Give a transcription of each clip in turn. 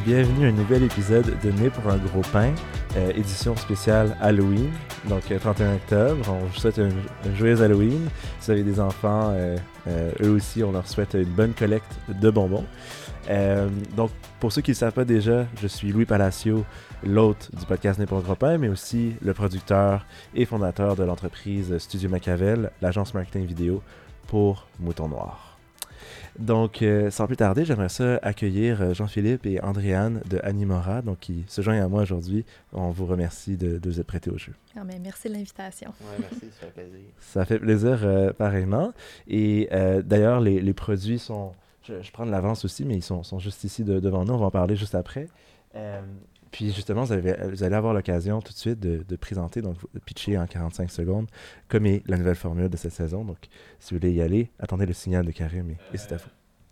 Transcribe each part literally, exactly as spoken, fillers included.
bienvenue à un nouvel épisode de Né pour un gros pain, euh, édition spéciale Halloween, donc euh, trente et un octobre. On vous souhaite un, un joyeux Halloween. Si vous avez des enfants, euh, euh, eux aussi, on leur souhaite une bonne collecte de bonbons. Euh, donc, pour ceux qui ne le savent pas déjà, je suis Louis Palacio, l'hôte du podcast Né pour un gros pain, mais aussi le producteur et fondateur de l'entreprise Studio Machiavel, l'agence marketing vidéo pour Mouton Noir. Donc, euh, sans plus tarder, j'aimerais ça accueillir Jean-Philippe et Andréane de Animora, donc qui se joignent à moi aujourd'hui. On vous remercie de, de vous être prêtés au jeu. Ah, mais merci de l'invitation. Oui, merci, ça fait plaisir. Ça fait plaisir euh, pareillement. Et euh, d'ailleurs, les, les produits sont... Je, je prends de l'avance aussi, mais ils sont, sont juste ici de, devant nous. On va en parler juste après. Euh, puis justement, vous, avez, vous allez avoir l'occasion tout de suite de, de présenter, donc de pitcher en quarante-cinq secondes, comme est la nouvelle formule de cette saison. Donc, si vous voulez y aller, attendez le signal de Karim et, Euh, et c'est à vous.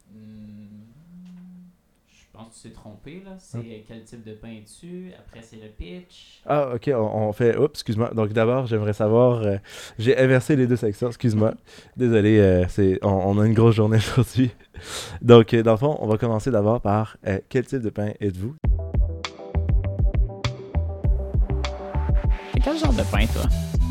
Je pense que tu t'es trompé, là. C'est Hum. quel type de pain es-tu? Après, c'est le pitch. Ah, ok, on, on fait... Oups, excuse-moi. Donc d'abord, j'aimerais savoir... euh, j'ai inversé les deux sections, excuse-moi. Désolé, euh, c'est, on, on a une grosse journée aujourd'hui. Donc, euh, dans le fond, on va commencer d'abord par euh, quel type de pain êtes-vous? C'est quel genre de pain, toi?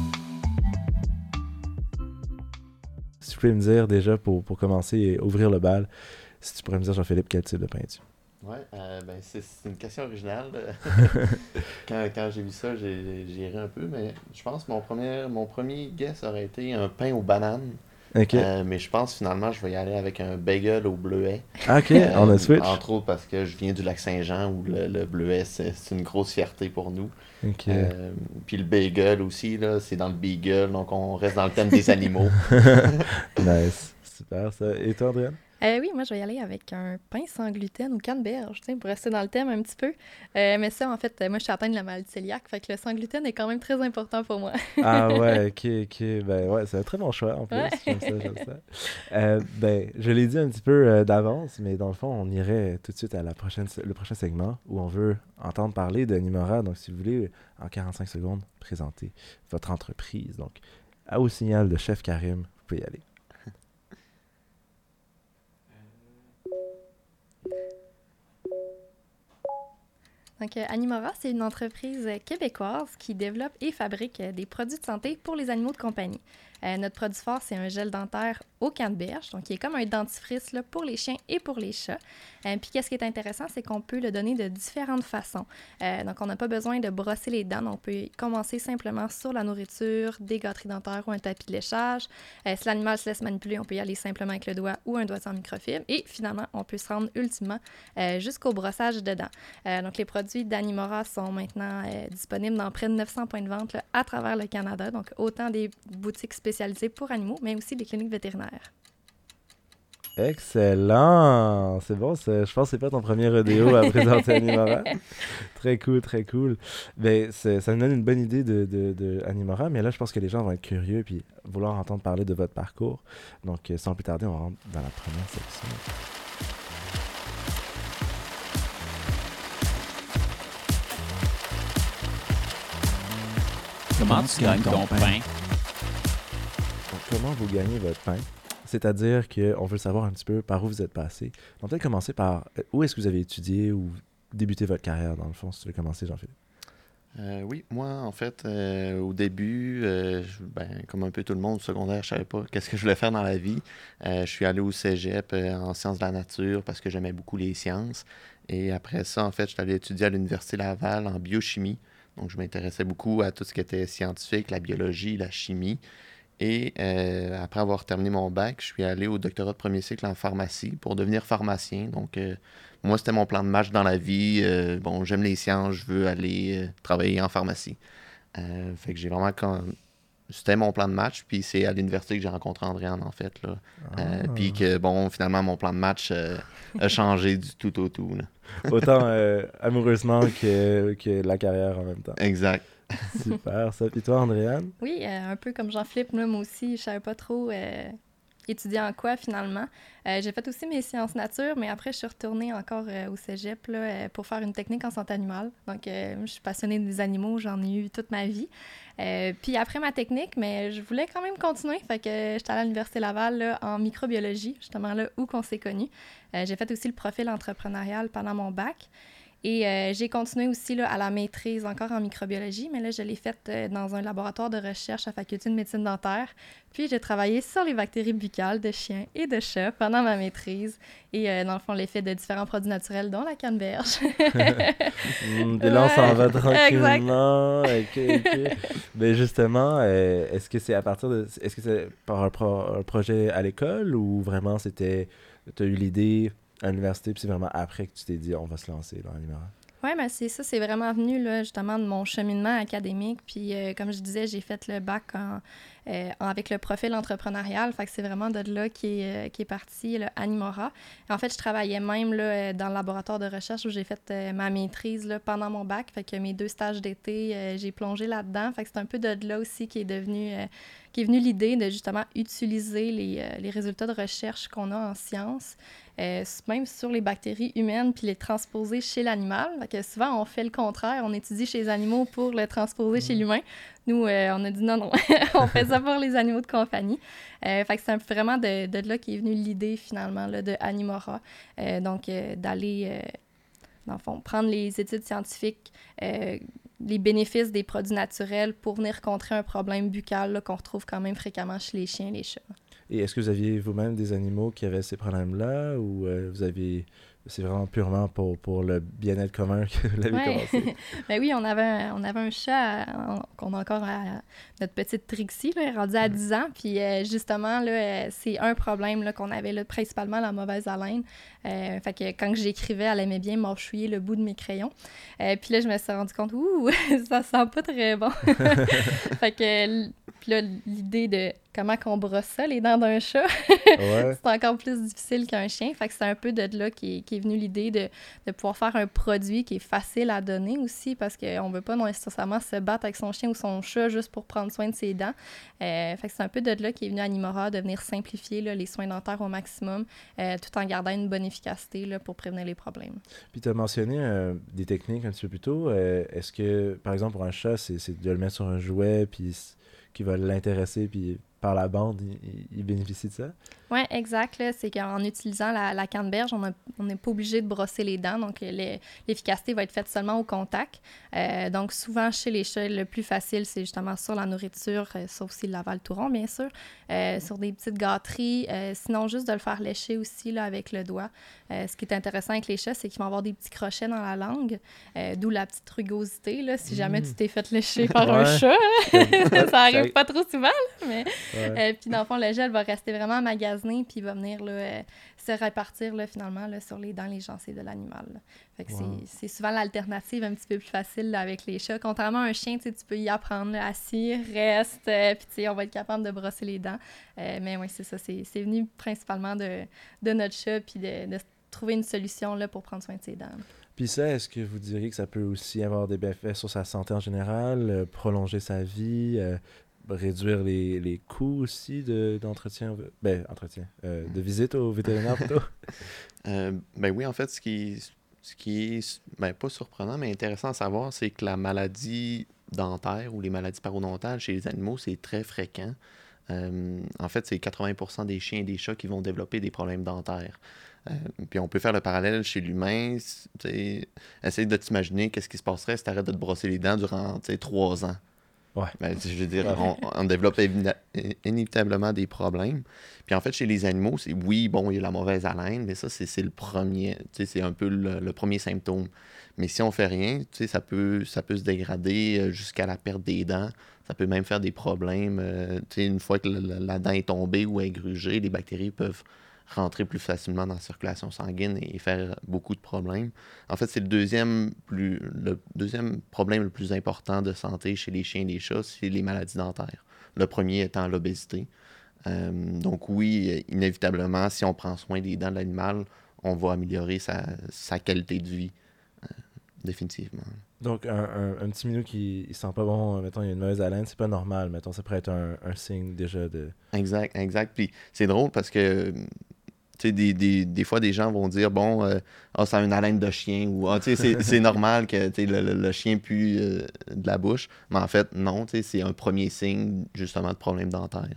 Si tu pouvais me dire déjà, pour, pour commencer et ouvrir le bal, si tu pourrais me dire, Jean-Philippe, quel type de pain es-tu? Oui, euh, ben c'est, c'est une question originale. quand, quand j'ai vu ça, j'ai, j'ai ri un peu, mais je pense que mon premier, mon premier guess aurait été un pain aux bananes. Ok. Euh, mais je pense finalement je vais y aller avec un bagel au bleuet. Ah, ok, Euh, on a switch. Entre autres parce que je viens du Lac-Saint-Jean où le, le bleuet c'est, c'est une grosse fierté pour nous. Ok. Euh, puis le bagel aussi, là, c'est dans le beagle, donc on reste dans le thème des animaux. Nice. Super, ça. Et toi, Andréane? Euh, oui, moi, je vais y aller avec un pain sans gluten ou canneberge, tu sais, pour rester dans le thème un petit peu. Euh, mais ça, en fait, moi, je suis atteinte de la maladie cœliaque, fait que le sans gluten est quand même très important pour moi. Ah ouais, ok, ok. Ben ouais, c'est un très bon choix en plus. Ouais. J'aime ça, j'aime ça. Euh, ben, je l'ai dit un petit peu euh, d'avance, mais dans le fond, on irait tout de suite à la prochaine, le prochain segment où on veut entendre parler d'Animora. Donc, si vous voulez, en quarante-cinq secondes, présenter votre entreprise. Donc, à au signal de Chef Karim, vous pouvez y aller. Donc, euh, Animora, c'est une entreprise euh, québécoise qui développe et fabrique euh, des produits de santé pour les animaux de compagnie. Euh, notre produit fort, c'est un gel dentaire au canneberge, donc qui est comme un dentifrice là, pour les chiens et pour les chats. Euh, Puis, qu'est-ce qui est intéressant, c'est qu'on peut le donner de différentes façons. Euh, donc, on n'a pas besoin de brosser les dents, donc on peut commencer simplement sur la nourriture, des gâteries dentaires ou un tapis de léchage. Euh, si l'animal se laisse manipuler, on peut y aller simplement avec le doigt ou un doigt en microfibre. Et finalement, on peut se rendre ultimement euh, jusqu'au brossage de dents. Euh, donc, les produits d'Animora sont maintenant euh, disponibles dans près de neuf cents points de vente là, à travers le Canada. Donc, autant des boutiques spécialisées pour animaux, mais aussi des cliniques vétérinaires. Excellent! C'est bon, c'est, je pense que c'est pas ton premier rodéo à présenter Animora. Très cool, très cool. Ben, c'est, ça nous donne une bonne idée de, de, de Animora, mais là, je pense que les gens vont être curieux et vouloir entendre parler de votre parcours. Donc, sans plus tarder, on rentre dans la première section. Comment tu gagnes ton pain? Donc, comment vous gagnez votre pain? C'est-à-dire qu'on veut savoir un petit peu par où vous êtes passé. Donc, peut-être commencer par euh, où est-ce que vous avez étudié ou débuté votre carrière, dans le fond, si tu veux commencer, Jean-Philippe. Euh, oui, moi, en fait, euh, au début, euh, je- ben, comme un peu tout le monde, au secondaire, je savais pas qu'est-ce que je voulais faire dans la vie. Euh, je suis allé au cégep euh, en sciences de la nature parce que j'aimais beaucoup les sciences. Et après ça, en fait, je suis allé étudier à l'Université Laval en biochimie. Donc, je m'intéressais beaucoup à tout ce qui était scientifique, la biologie, la chimie. Et euh, après avoir terminé mon bac, je suis allé au doctorat de premier cycle en pharmacie pour devenir pharmacien. Donc, euh, moi, c'était mon plan de match dans la vie. Euh, bon, j'aime les sciences, je veux aller euh, travailler en pharmacie. Euh, fait que j'ai vraiment... Quand... C'était mon plan de match, puis c'est à l'université que j'ai rencontré Andréane, en fait. Là. Euh, Ah. puis que, bon, finalement, mon plan de match euh, a changé du tout au tout. Là. Autant euh, amoureusement que, que la carrière en même temps. Exact. Super, ça. Puis toi, Andréane? Oui, euh, un peu comme Jean-Philippe, là, moi aussi, je savais pas trop euh, étudier en quoi finalement. Euh, j'ai fait aussi mes sciences nature, mais après, je suis retournée encore euh, au cégep là, euh, pour faire une technique en santé animale. Donc, euh, je suis passionnée des animaux, j'en ai eu toute ma vie. Euh, puis après ma technique, mais je voulais quand même continuer. Fait que euh, j'étais allée à l'Université Laval là, en microbiologie, justement là où qu'on s'est connus. Euh, j'ai fait aussi le profil entrepreneurial pendant mon bac. Et euh, j'ai continué aussi là, à la maîtrise encore en microbiologie, mais là, je l'ai faite euh, dans un laboratoire de recherche à la faculté de médecine dentaire. Puis, j'ai travaillé sur les bactéries buccales de chiens et de chats pendant ma maîtrise. Et euh, dans le fond, l'effet de différents produits naturels, dont la canneberge. mm, et là, on s'en va tranquillement. OK, OK. Mais justement, euh, est-ce que c'est à partir de... Est-ce que c'est par un, pro- un projet à l'école ou vraiment c'était... Tu as eu l'idée à l'université, puis c'est vraiment après que tu t'es dit, on va se lancer dans l'Animara? Oui, ben c'est ça, c'est vraiment venu là, justement de mon cheminement académique. Puis, euh, comme je disais, j'ai fait le bac en, euh, en- avec le profil entrepreneurial. Fait que c'est vraiment de là qui est, euh, qui est parti là, Animora. En fait, je travaillais même là, euh, dans le laboratoire de recherche où j'ai fait euh, ma maîtrise là, pendant mon bac. Fait que mes deux stages d'été, euh, j'ai plongé là-dedans. Fait que c'est un peu de là aussi qui est devenu, euh, qui est venue l'idée de justement utiliser les, euh, les résultats de recherche qu'on a en sciences. Euh, même sur les bactéries humaines, puis les transposer chez l'animal. Fait que souvent, on fait le contraire. On étudie chez les animaux pour le transposer chez l'humain. Nous, euh, on a dit non, non. On fait ça pour les animaux de compagnie. Euh, fait que c'est un peu vraiment de, de là qu'est venue l'idée, finalement, là, de Animora. Euh, donc, euh, d'aller, euh, dans le fond, prendre les études scientifiques, euh, les bénéfices des produits naturels pour venir contrer un problème buccal là, qu'on retrouve quand même fréquemment chez les chiens et les chats. Et est-ce que vous aviez vous-même des animaux qui avaient ces problèmes-là ou euh, vous aviez... C'est vraiment purement pour, pour le bien-être commun que vous l'avez Ouais. commencé? Ben oui, on avait un, on avait un chat euh, qu'on a encore à notre petite Trixie, là, rendu à dix ans. Puis euh, justement, là, euh, c'est un problème là, qu'on avait, là, principalement la mauvaise haleine. Euh, fait que quand j'écrivais, elle aimait bien mâchouiller le bout de mes crayons. Euh, puis là, je me suis rendu compte, ouh, ça sent pas très bon. Fait que puis là, l'idée de comment qu'on brosse ça, les dents d'un chat, Ouais. c'est encore plus difficile qu'un chien. Fait que c'est un peu de là qui est, qui est venue l'idée de, de pouvoir faire un produit qui est facile à donner aussi, parce qu'on veut pas nécessairement se battre avec son chien ou son chat juste pour prendre soin de ses dents. Euh, fait que c'est un peu de là qui est venu Animora, de venir simplifier là, les soins dentaires au maximum, euh, tout en gardant une bonne efficacité là, pour prévenir les problèmes. Puis tu as mentionné euh, des techniques un petit peu plus tôt. Euh, est-ce que, par exemple, pour un chat, c'est, c'est de le mettre sur un jouet puis qui va l'intéresser, puis par la bande, il, il bénéficie de ça? Oui, exact. Là, c'est qu'en utilisant la, la canneberge, on n'est pas obligé de brosser les dents. Donc, les, l'efficacité va être faite seulement au contact. Euh, donc, souvent, chez les chats, le plus facile, c'est justement sur la nourriture, euh, sauf s'ils l'avalent tout rond, bien sûr, euh, sur des petites gâteries. Euh, sinon, juste de le faire lécher aussi là, avec le doigt. Euh, ce qui est intéressant avec les chats, c'est qu'ils vont avoir des petits crochets dans la langue, euh, d'où la petite rugosité. Là, si jamais tu t'es fait lécher par Ouais. un chat, ça arrive Ça- pas trop souvent, là, mais... Ouais. Euh, puis dans le fond, le gel va rester vraiment emmagasiné, puis il va venir là, euh, se répartir là, finalement là, sur les dents, les gencives de l'animal. Là. Fait que Wow. c'est, c'est souvent l'alternative un petit peu plus facile là, avec les chats. Contrairement à un chien, tu sais, tu peux y apprendre, là, assis, reste, euh, puis tu sais, on va être capable de brosser les dents. Euh, mais oui, c'est ça, c'est, c'est venu principalement de, de notre chat, puis de, de trouver une solution là, pour prendre soin de ses dents. Puis ça, est-ce que vous diriez que ça peut aussi avoir des bienfaits sur sa santé en général, euh, prolonger sa vie, euh, réduire les, les coûts aussi de, d'entretien, ben, entretien, euh, de visite au vétérinaire plutôt? Euh, ben oui, en fait, ce qui, ce qui est, ben, pas surprenant, mais intéressant à savoir, c'est que la maladie dentaire ou les maladies parodontales chez les animaux, c'est très fréquent. Euh, en fait, c'est quatre-vingts pour cent des chiens et des chats qui vont développer des problèmes dentaires. Euh, puis on peut faire le parallèle chez l'humain. Essaye de t'imaginer qu'est-ce qui se passerait si tu arrêtes de te brosser les dents durant trois ans. Ouais. Ben, je veux dire, on, on développe évina- inévitablement des problèmes. Puis en fait, chez les animaux, c'est oui, bon, il y a la mauvaise haleine, mais ça, c'est, c'est le premier, tu sais, c'est un peu le, le premier symptôme. Mais si on fait rien, tu sais, ça peut, ça peut se dégrader jusqu'à la perte des dents. Ça peut même faire des problèmes. Euh, tu sais, une fois que la, la dent est tombée ou est grugée, les bactéries peuvent rentrer plus facilement dans la circulation sanguine et faire beaucoup de problèmes. En fait, c'est le deuxième, plus, le deuxième problème le plus important de santé chez les chiens et les chats, c'est les maladies dentaires. Le premier étant l'obésité. Euh, donc oui, inévitablement, si on prend soin des dents de l'animal, on va améliorer sa, sa qualité de vie, euh, définitivement. Donc, un, un, un petit minou qui ne sent pas bon, mettons, il y a une mauvaise haleine, c'est pas normal, mettons, ça pourrait être un, un signe déjà de... Exact, exact. Puis c'est drôle parce que, tu sais, des, des, des fois, des gens vont dire, bon, euh, ah, ça a une haleine de chien, ou, ah, tu sais, c'est, c'est normal que, tu sais, le, le, le chien pue euh, de la bouche. Mais en fait, non, tu sais, c'est un premier signe, justement, de problème dentaire.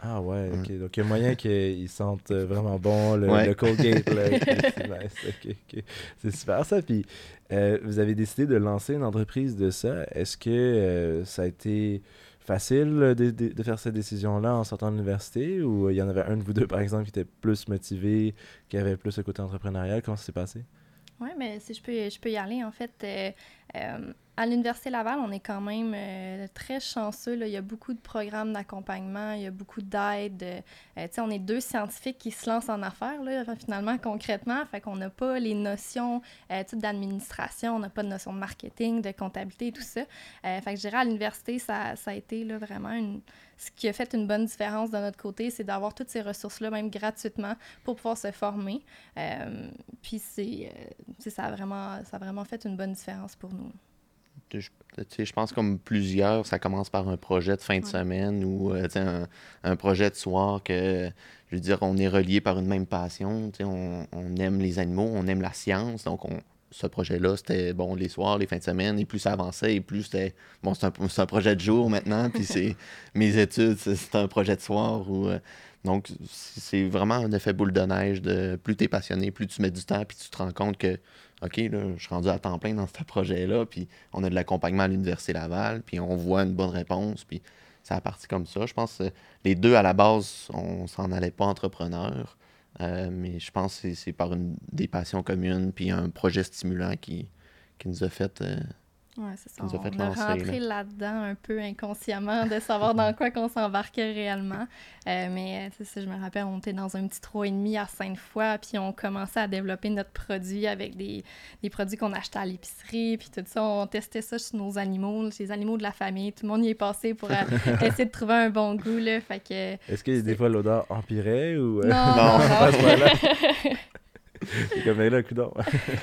Ah ouais, Mm. ok. Donc il y a moyen qu'ils sentent euh, vraiment bon le, Ouais. le Colgate. Là. Ok, c'est nice. Ok, ok. C'est super ça. Puis euh, vous avez décidé de lancer une entreprise de ça. Est-ce que euh, ça a été facile de, de, de faire cette décision-là en sortant de l'université ou il y en avait un de vous deux, par exemple, qui était plus motivé, qui avait plus le côté entrepreneurial? Comment ça s'est passé? Oui, mais si je peux, je peux y aller, en fait, euh, euh, à l'Université Laval, on est quand même euh, très chanceux. Là. Il y a beaucoup de programmes d'accompagnement, il y a beaucoup d'aide. Euh, tu sais, on est deux scientifiques qui se lancent en affaires, là, finalement, concrètement. Fait qu'on n'a pas les notions euh, tu sais, d'administration, on n'a pas de notion de marketing, de comptabilité, tout ça. Euh, fait que je dirais à l'université, ça, ça a été là, vraiment une... Ce qui a fait une bonne différence de notre côté, c'est d'avoir toutes ces ressources-là, même gratuitement, pour pouvoir se former. Euh, puis c'est, euh, ça, a vraiment, ça a vraiment fait une bonne différence pour nous. Je, tu sais, je pense comme plusieurs, ça commence par un projet de fin de Ouais. semaine ou euh, tu sais, un, un projet de soir que, je veux dire, on est relié par une même passion. Tu sais, on, on aime les animaux, on aime la science. Donc, on, ce projet-là, c'était, bon, les soirs, les fins de semaine. Et plus ça avançait, et plus c'était, bon, c'est un, c'est un projet de jour maintenant. Puis c'est mes études, c'est, c'est un projet de soir. Ou, euh, donc, c'est vraiment un effet boule de neige de plus tu es passionné, plus tu mets du temps, puis tu te rends compte que OK, là, je suis rendu à temps plein dans ce projet-là, puis on a de l'accompagnement à l'Université Laval, puis on voit une bonne réponse, puis ça a parti comme ça. Je pense que les deux, à la base, on s'en allait pas entrepreneurs, euh, mais je pense que c'est, c'est par une, des passions communes, puis un projet stimulant qui, qui nous a fait... euh, Oui, c'est ça. qui nous a fait On a lancer, rentré là. là-dedans un peu inconsciemment de savoir dans quoi qu'on s'embarquait réellement. Euh, mais c'est ça, je me rappelle, on était dans un petit trois et demi à Sainte-Foy, puis on commençait à développer notre produit avec des, des produits qu'on achetait à l'épicerie, puis tout ça. On testait ça sur nos animaux, chez les animaux de la famille. Tout le monde y est passé pour euh, essayer de trouver un bon goût, là. Fait que... Est-ce que des fois l'odeur empirait ou... euh, Non, non, Non. non. à ce moment-là? C'est comme là, coup d'or.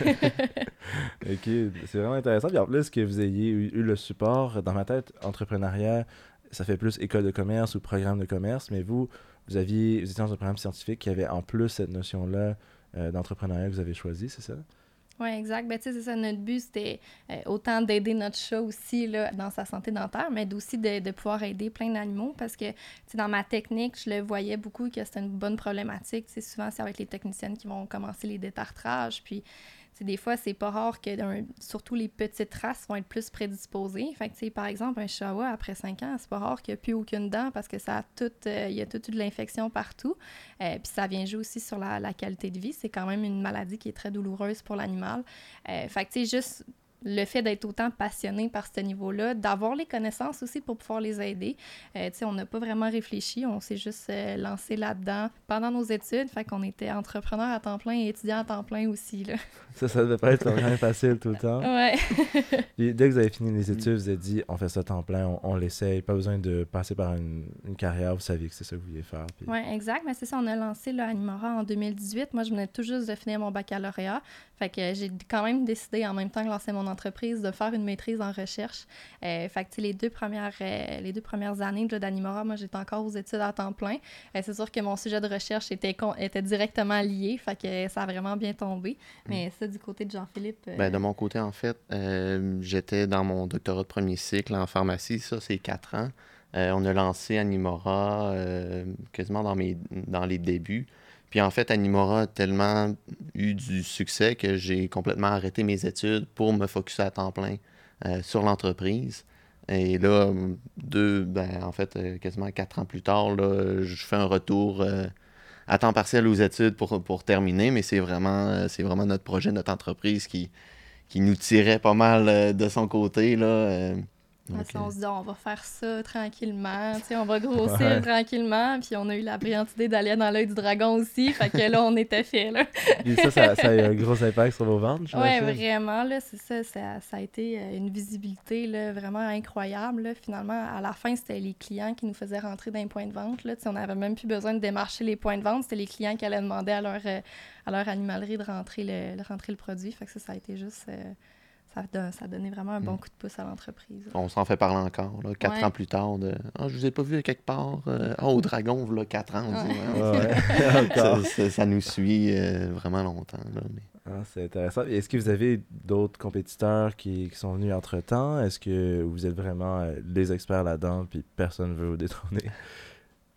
Ok, c'est vraiment intéressant. Puis en plus que vous ayez eu, eu le support, dans ma tête, entrepreneuriat, ça fait plus école de commerce ou programme de commerce, mais vous, vous aviez, vous étiez dans un programme scientifique qui avait en plus cette notion-là euh, d'entrepreneuriat que vous avez choisi, c'est ça? Oui, exact. Ben, tu sais, c'est ça, notre but, c'était euh, autant d'aider notre chat aussi là, dans sa santé dentaire, mais aussi de, de pouvoir aider plein d'animaux parce que, tu sais, dans ma technique, je le voyais beaucoup que c'était une bonne problématique. Tu sais, souvent, c'est avec les techniciennes qui vont commencer les détartrages, puis... Tu sais, des fois, c'est pas rare que, un, surtout les petites races vont être plus prédisposées. Fait que, tu sais, par exemple, un chihuahua, après cinq ans, c'est pas rare qu'il n'y a plus aucune dent parce que ça a tout, euh, il y a toute de l'infection partout. Euh, puis ça vient jouer aussi sur la, la qualité de vie. C'est quand même une maladie qui est très douloureuse pour l'animal. Euh, fait que, tu sais, juste le fait d'être autant passionné par ce niveau-là, d'avoir les connaissances aussi pour pouvoir les aider. Euh, tu sais, on n'a pas vraiment réfléchi, on s'est juste euh, lancé là-dedans pendant nos études, fait qu'on était entrepreneur à temps plein et étudiant à temps plein aussi, là. Ça, ça devait pas être vraiment facile tout le temps. Ouais. Puis dès que vous avez fini les études, vous avez dit, on fait ça temps plein, on, on l'essaye, pas besoin de passer par une, une carrière, vous saviez que c'est ça que vous vouliez faire. Puis... Oui, exact. Mais c'est ça, on a lancé le Animora en deux mille dix-huit. Moi, je venais tout juste de finir mon baccalauréat. Fait que j'ai quand même décidé, en même temps que lancer mon entreprise, de faire une maîtrise en recherche. Euh, fait que, tu sais, les deux premières, euh, les deux premières années là, d'Animora, moi, j'étais encore aux études à temps plein. Euh, c'est sûr que mon sujet de recherche était, con- était directement lié. Fait que ça a vraiment bien tombé. Mais ça, du côté de Jean-Philippe... euh, Ben, de mon côté, en fait, euh, j'étais dans mon doctorat de premier cycle en pharmacie. Ça, c'est quatre ans. Euh, on a lancé Animora euh, quasiment dans, mes, dans les débuts. Puis en fait, Animora a tellement eu du succès que j'ai complètement arrêté mes études pour me focusser à temps plein euh, sur l'entreprise. Et là, deux, ben, en fait, euh, quasiment quatre ans plus tard, là, je fais un retour euh, à temps partiel aux études pour, pour terminer, mais c'est vraiment, euh, c'est vraiment notre projet, notre entreprise qui, qui nous tirait pas mal euh, de son côté, là. euh, Ah, donc, ça, on euh, se dit, on va faire ça tranquillement, tu sais, on va grossir Ouais. tranquillement, puis on a eu la brillante idée d'aller dans l'œil du dragon aussi, fait que là, on était fait, là. Puis ça, ça, ça a eu un gros impact sur vos ventes, Ouais, j'imagine? vraiment, là, c'est ça, ça, ça a été euh, une visibilité, là, vraiment incroyable, là. Finalement, à la fin, c'était les clients qui nous faisaient rentrer dans les points de vente, là, tu sais, on n'avait même plus besoin de démarcher les points de vente, c'était les clients qui allaient demander à leur, euh, à leur animalerie de rentrer le, de rentrer le produit, fait que ça, ça a été juste... euh, Ça a, ça a donné vraiment un bon Mm. coup de pouce à l'entreprise. on s'en fait parler encore, là, quatre Ouais. ans plus tard. De, ah, je vous ai pas vu à quelque part. euh, Ah, au dragon, là, quatre ans. On dit, Ouais. ouais, Ouais, ça, encore. ça- ça nous suit euh, vraiment longtemps. Là, mais... Ah, c'est intéressant. Et est-ce que vous avez d'autres compétiteurs qui, qui sont venus entre-temps? Est-ce que vous êtes vraiment euh, les experts là-dedans puis personne ne veut vous détrôner?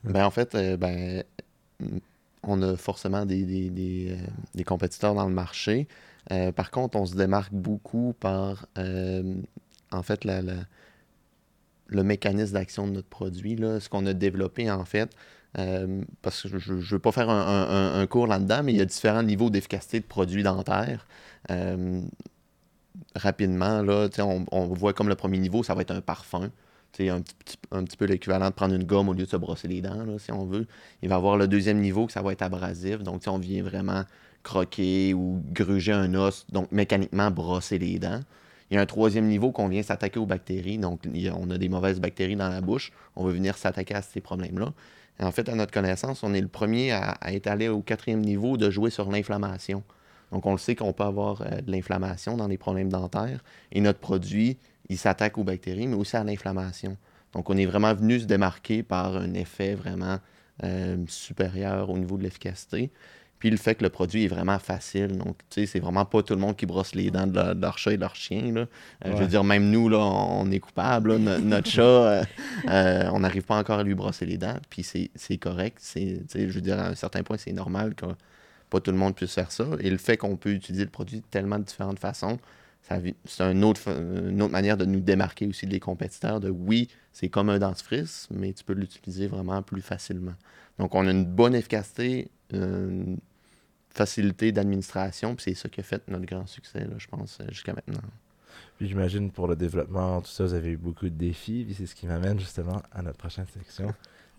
Ben, en fait, euh, ben, on a forcément des, des, des, euh, des compétiteurs dans le marché. Euh, par contre, on se démarque beaucoup par, euh, en fait, la, la- le mécanisme d'action de notre produit, là, ce qu'on a développé, en fait. Euh, parce que je ne veux pas faire un, un- un cours là-dedans, mais il y a différents niveaux d'efficacité de produits dentaires. Euh, Rapidement, là, tu sais, on, on voit comme le premier niveau, ça va être un parfum. Tu sais, un petit, un petit peu l'équivalent de prendre une gomme au lieu de se brosser les dents, là, si on veut. Il va y avoir le deuxième niveau que ça va être abrasif. Donc, tu sais, on vient vraiment croquer ou gruger un os, donc mécaniquement brosser les dents. Il y a un troisième niveau qu'on vient s'attaquer aux bactéries. Donc, il y a- on a des mauvaises bactéries dans la bouche. On veut venir s'attaquer à ces problèmes-là. Et en fait, à notre connaissance, on est le premier à, à être allé au quatrième niveau de jouer sur l'inflammation. Donc, on le sait qu'on peut avoir euh, de l'inflammation dans les problèmes dentaires. Et notre produit, il s'attaque aux bactéries, mais aussi à l'inflammation. Donc, on est vraiment venu se démarquer par un effet vraiment euh, supérieur au niveau de l'efficacité. Puis le fait que le produit est vraiment facile. Donc, tu sais, c'est vraiment pas tout le monde qui brosse les dents de leur, de leur chat et de leur chien, là. Euh, Je veux Ouais. dire, même nous, là, on est coupable. là. No- notre chat, euh, euh, on n'arrive pas encore à lui brosser les dents. Puis c'est c'est correct. C'est, tu sais, je veux dire, à un certain point, c'est normal que pas tout le monde puisse faire ça. Et le fait qu'on peut utiliser le produit de tellement de différentes façons, ça, vi- c'est un autre, fa- une autre manière de nous démarquer aussi des compétiteurs. De oui, c'est comme un dentifrice, mais tu peux l'utiliser vraiment plus facilement. Donc, on a une bonne efficacité, une facilité d'administration, puis c'est ça qui a fait notre grand succès, là, je pense, euh, jusqu'à maintenant. Puis j'imagine pour le développement, tout ça, vous avez eu beaucoup de défis. Puis c'est ce qui m'amène justement à notre prochaine section.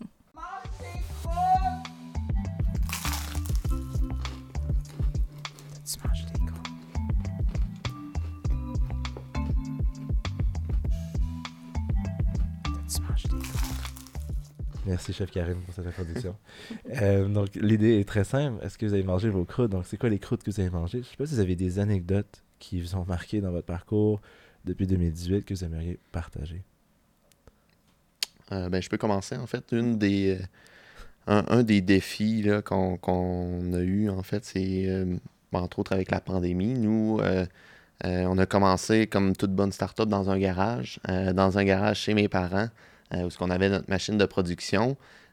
Tu manges des crocs. Tu manges des crocs. Merci, chef Karim, pour cette introduction. Euh, donc, l'idée est très simple. Est-ce que vous avez mangé vos croûtes? Donc, c'est quoi les croûtes que vous avez mangées? Je ne sais pas si vous avez des anecdotes qui vous ont marqué dans votre parcours depuis deux mille dix-huit que vous aimeriez partager. Euh, ben, je peux commencer, en fait. Une des, euh, un, un des défis là, qu'on, qu'on a eu, en fait, c'est, euh, entre autres avec la pandémie, nous, euh, euh, on a commencé comme toute bonne start-up dans un garage, euh, dans un garage chez mes parents, euh, où on avait notre machine de production.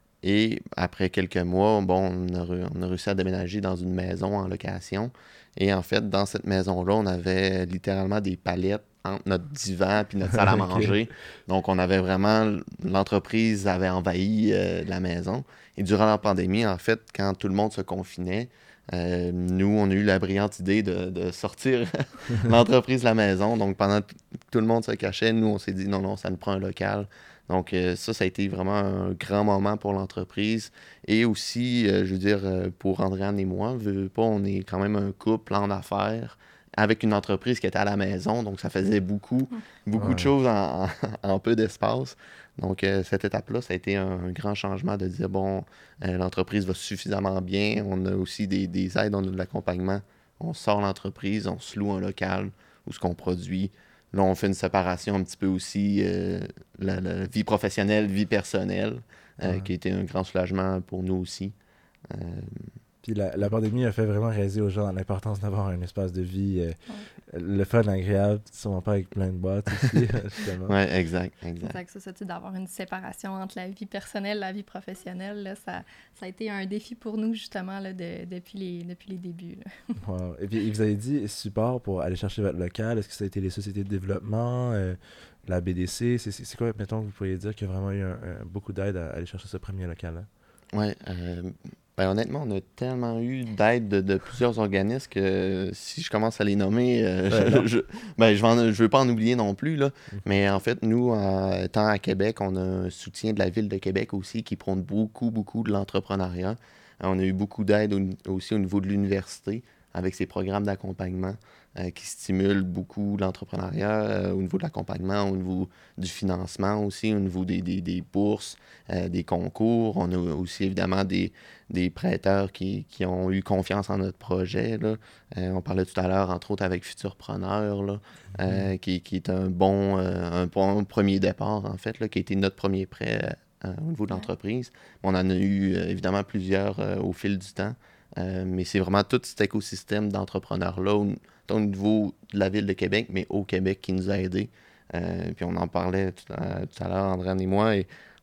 Et après quelques mois, bon, on a, re- on a réussi à déménager dans une maison en location. Et en fait, dans cette maison-là, on avait littéralement des palettes entre notre divan puis notre salle à Ok. manger. Donc, on avait vraiment... L'entreprise avait envahi euh, la maison. Et durant la pandémie, en fait, quand tout le monde se confinait, euh, nous, on a eu la brillante idée de, de sortir l'entreprise de la maison. Donc, pendant que tout le monde se cachait, nous, on s'est dit non, non, ça nous prend un local. Donc, euh, ça, ça a été vraiment un grand moment pour l'entreprise. Et aussi, euh, je veux dire, euh, pour Andréane et moi, veux, veux pas, on est quand même un couple en affaires avec une entreprise qui était à la maison. Donc, ça faisait beaucoup, beaucoup Ouais. de choses en, en- en peu d'espace. Donc, euh, cette étape-là, ça a été un, un grand changement de dire, bon, euh, l'entreprise va suffisamment bien. On a aussi des, des aides, on a de l'accompagnement. On sort l'entreprise, on se loue un local où ce qu'on produit. Là, on fait une séparation un petit peu aussi, euh, la, la vie professionnelle, vie personnelle, euh, Ouais. qui a été un grand soulagement pour nous aussi. Euh, Puis la, la pandémie a fait vraiment réaliser aux gens l'importance d'avoir un espace de vie, euh, le fun, agréable, sûrement pas avec plein de boîtes aussi, justement. ouais, exact, exact. Exact, ça, ça, tu sais, d'avoir une séparation entre la vie personnelle et la vie professionnelle, là, ça, ça a été un défi pour nous, justement, là, de- depuis, les, depuis les débuts. là. Wow. Et puis, vous avez dit support pour aller chercher votre local. Est-ce que ça a été les sociétés de développement, euh, la B D C? C'est, c'est, c'est quoi, mettons, que vous pourriez dire qu'il y a vraiment eu un, un- beaucoup d'aide à aller chercher ce premier local-là? Ouais, euh, ben honnêtement, on a tellement eu d'aide de, de plusieurs organismes que si je commence à les nommer, euh, Ouais, je, non. je, ben, je vais en- je veux pas en oublier non plus, là. Mhm. Mais en fait, nous, euh, étant à Québec, on a un soutien de la Ville de Québec aussi qui prône beaucoup, beaucoup de l'entrepreneuriat. Euh, on a eu beaucoup d'aide au- aussi au niveau de l'université avec ses programmes d'accompagnement euh, qui stimulent beaucoup l'entrepreneuriat euh, au niveau de l'accompagnement, au niveau du financement aussi, au niveau des, des, des bourses, euh, des concours. On a aussi évidemment des, des prêteurs qui, qui ont eu confiance en notre projet, là. Euh, on parlait tout à l'heure, entre autres, avec Futurpreneur, là, euh, qui, qui est un bon, euh, un bon premier départ, en fait, là, qui a été notre premier prêt euh, au niveau de l'entreprise. On en a eu euh, évidemment plusieurs euh, au fil du temps. Euh, mais c'est vraiment tout cet écosystème d'entrepreneurs-là au, au niveau de la Ville de Québec, mais au Québec qui nous a aidés. Euh, puis on en parlait tout à, tout à l'heure, Andréane et moi, et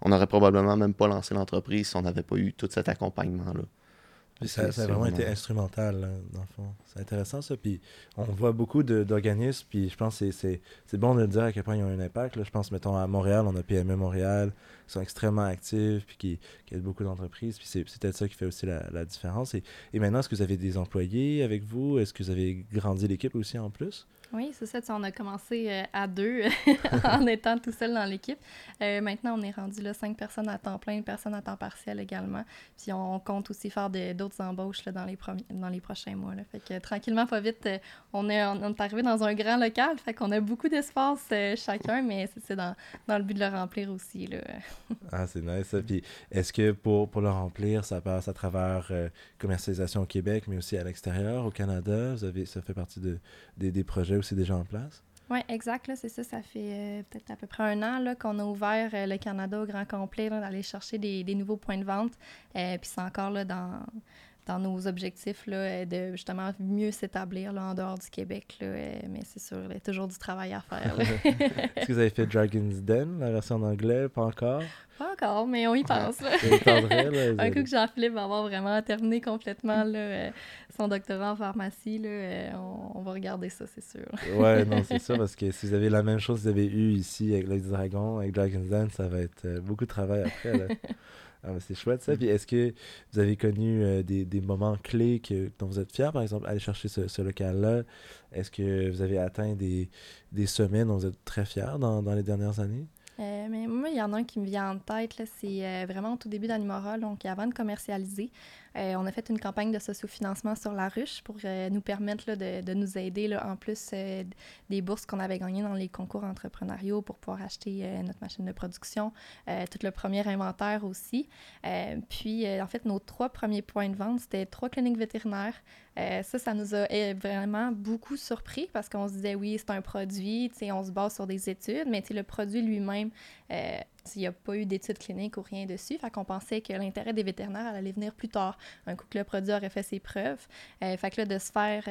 on n'aurait probablement même pas lancé l'entreprise si on n'avait pas eu tout cet accompagnement-là. Puis ça, ça a vraiment, vraiment été instrumental, là, dans le fond. C'est intéressant, ça. Puis on voit beaucoup de, d'organismes, puis je pense que c'est, c'est, c'est bon de le dire à quel point ils ont un impact. Là. Je pense, mettons, à Montréal, on a P M E Montréal, qui sont extrêmement actifs, puis qui, qui aident beaucoup d'entreprises. Puis c'est, c'est peut-être ça qui fait aussi la, la différence. Et, et maintenant, est-ce que vous avez des employés avec vous? Est-ce que vous avez grandi l'équipe aussi en plus? Oui, c'est ça. On a commencé euh, à deux en étant tout seul dans l'équipe. Euh, maintenant, on est rendu là cinq personnes à temps plein, une personne à temps partiel également. Puis on compte aussi faire de, d'autres embauches là, dans, les promi- dans les prochains mois. Là. Fait que tranquillement, pas vite, euh, on, est, on est arrivé dans un grand local. Fait qu'on a beaucoup d'espace euh, chacun, mais c'est, c'est dans, dans le but de le remplir aussi. Là. Ah, c'est nice ça. Puis est-ce que pour, pour le remplir, ça passe à travers euh, commercialisation au Québec, mais aussi à l'extérieur, au Canada? Vous avez, ça fait partie de, des, des projets aussi déjà en place? Oui, exact. Là, c'est ça. Ça fait euh, peut-être à peu près un an là, qu'on a ouvert euh, le Canada au grand complet, là, d'aller chercher des, des nouveaux points de vente. Euh, puis c'est encore là, dans, dans nos objectifs là, de justement mieux s'établir là, en dehors du Québec. Là, euh, mais c'est sûr, il y a toujours du travail à faire. Là. Est-ce que vous avez fait Dragon's Den, la version en anglais? Pas encore? Pas encore, mais on y pense. Là. Tendrait, là, un coup que Jean-Philippe va avoir vraiment terminé complètement là, euh, son doctorat en pharmacie, là, euh, on, on va regarder ça, c'est sûr. Ouais, non, c'est ça, parce que si vous avez la même chose que vous avez eu ici avec les dragons, avec Dragon's Den, ça va être euh, beaucoup de travail après. Là. Ah, c'est chouette ça. Puis est-ce que vous avez connu euh, des, des moments clés que, dont vous êtes fiers, par exemple, aller chercher ce, ce local-là? Est-ce que vous avez atteint des, des sommets dont vous êtes très fiers dans, dans les dernières années? Euh, mais moi, il y en a un qui me vient en tête, là, c'est euh, vraiment au tout début d'Animora, donc avant de commercialiser, euh, on a fait une campagne de sociofinancement sur la ruche pour euh, nous permettre là, de, de nous aider, là, en plus euh, des bourses qu'on avait gagnées dans les concours entrepreneuriaux pour pouvoir acheter euh, notre machine de production, euh, tout le premier inventaire aussi. Euh, puis, euh, en fait, nos trois premiers points de vente, c'était trois cliniques vétérinaires. Euh, ça, ça nous a eh, vraiment beaucoup surpris parce qu'on se disait, oui, c'est un produit, on se base sur des études, mais le produit lui-même, euh, il n'y a pas eu d'études cliniques ou rien dessus. Fait qu'on pensait que l'intérêt des vétérinaires allait venir plus tard, un coup que le produit aurait fait ses preuves. Euh, fait que là, de se faire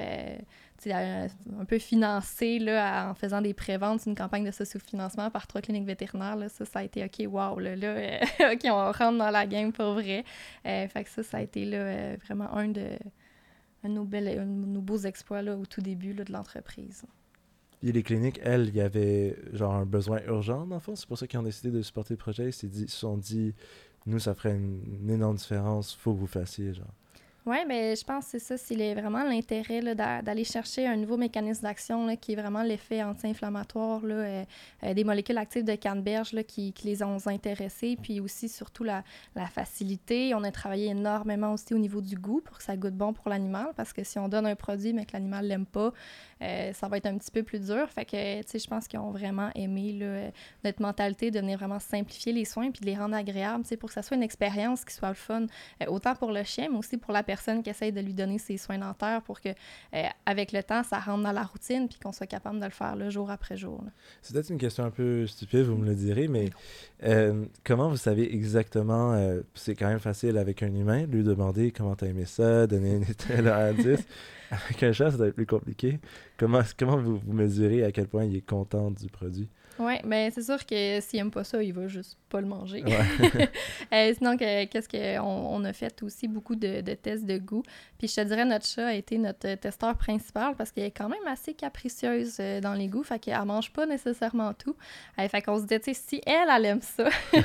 euh, un peu financer là, en faisant des préventes, une campagne de sociofinancement par trois cliniques vétérinaires, là, ça, ça a été OK, wow, là, là euh, OK, on rentre dans la game pour vrai. Euh, fait que ça, ça a été là, euh, vraiment un de... un de nos, belles, un de nos beaux exploits là, au tout début là, de l'entreprise. Puis les cliniques, elles, il y avait genre un besoin urgent, dans le fond. C'est pour ça qu'ils ont décidé de supporter le projet. Ils se sont dit, nous, ça ferait une, une énorme différence. Il faut que vous fassiez, genre. Oui, bien, je pense que c'est ça, c'est les, vraiment l'intérêt là, d'a, d'aller chercher un nouveau mécanisme d'action là, qui est vraiment l'effet anti-inflammatoire là, euh, euh, des molécules actives de canneberge là, qui, qui les ont intéressés, puis aussi surtout la, la facilité. On a travaillé énormément aussi au niveau du goût pour que ça goûte bon pour l'animal, parce que si on donne un produit mais que l'animal l'aime pas, euh, ça va être un petit peu plus dur. Fait que, tu sais, je pense qu'ils ont vraiment aimé là, notre mentalité de venir vraiment simplifier les soins puis de les rendre agréables, tu sais, pour que ça soit une expérience qui soit le fun, euh, autant pour le chien, mais aussi pour la personne qui essaye de lui donner ses soins dentaires pour que, euh, avec le temps, ça rentre dans la routine puis qu'on soit capable de le faire là, jour après jour. Là. C'est peut-être une question un peu stupide, vous me le direz, mais euh, comment vous savez exactement, euh, c'est quand même facile avec un humain, lui demander comment t'as aimé ça, donner une étoile à dix. Avec un chat, ça doit être plus compliqué. Comment, comment vous, vous mesurez à quel point il est content du produit? Oui, mais c'est sûr que s'il n'aime pas ça, il va juste pas le manger. Ouais. euh, sinon, que, qu'est-ce qu'on on a fait aussi beaucoup de, de tests de goût. Puis je te dirais, notre chat a été notre testeur principal parce qu'elle est quand même assez capricieuse euh, dans les goûts. Fait qu'elle mange pas nécessairement tout. Euh, fait qu'on se disait, tu sais, si elle, elle aime ça,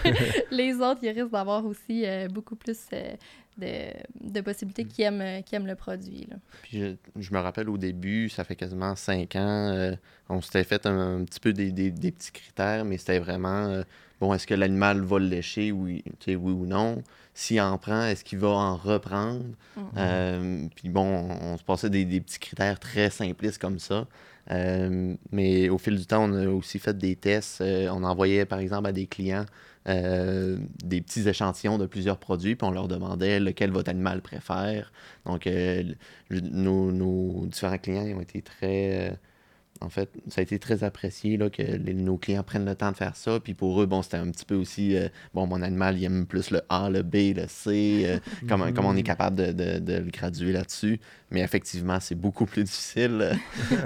les autres, ils risquent d'avoir aussi euh, beaucoup plus... Euh, De, de possibilités qui aiment, qui aiment le produit. Là. Puis je, je me rappelle au début, ça fait quasiment cinq ans, euh, on s'était fait un, un petit peu des, des, des petits critères, mais c'était vraiment, euh, bon, est-ce que l'animal va le lécher, oui, oui ou non? S'il en prend, est-ce qu'il va en reprendre? Mm-hmm. Euh, puis bon, on, on se passait des, des petits critères très simplistes comme ça. Euh, mais au fil du temps, on a aussi fait des tests. Euh, on envoyait, par exemple, à des clients Euh, des petits échantillons de plusieurs produits, puis on leur demandait lequel votre animal préfère. Donc, euh, nos, nos différents clients ils ont été très, en fait, ça a été très apprécié là, que les- nos clients prennent le temps de faire ça. Puis pour eux, bon, c'était un petit peu aussi, euh, bon, mon animal, il aime plus le A, le B, le C, euh, comment, comment on est capable de, de- de le graduer là-dessus. Mais effectivement, c'est beaucoup plus difficile euh,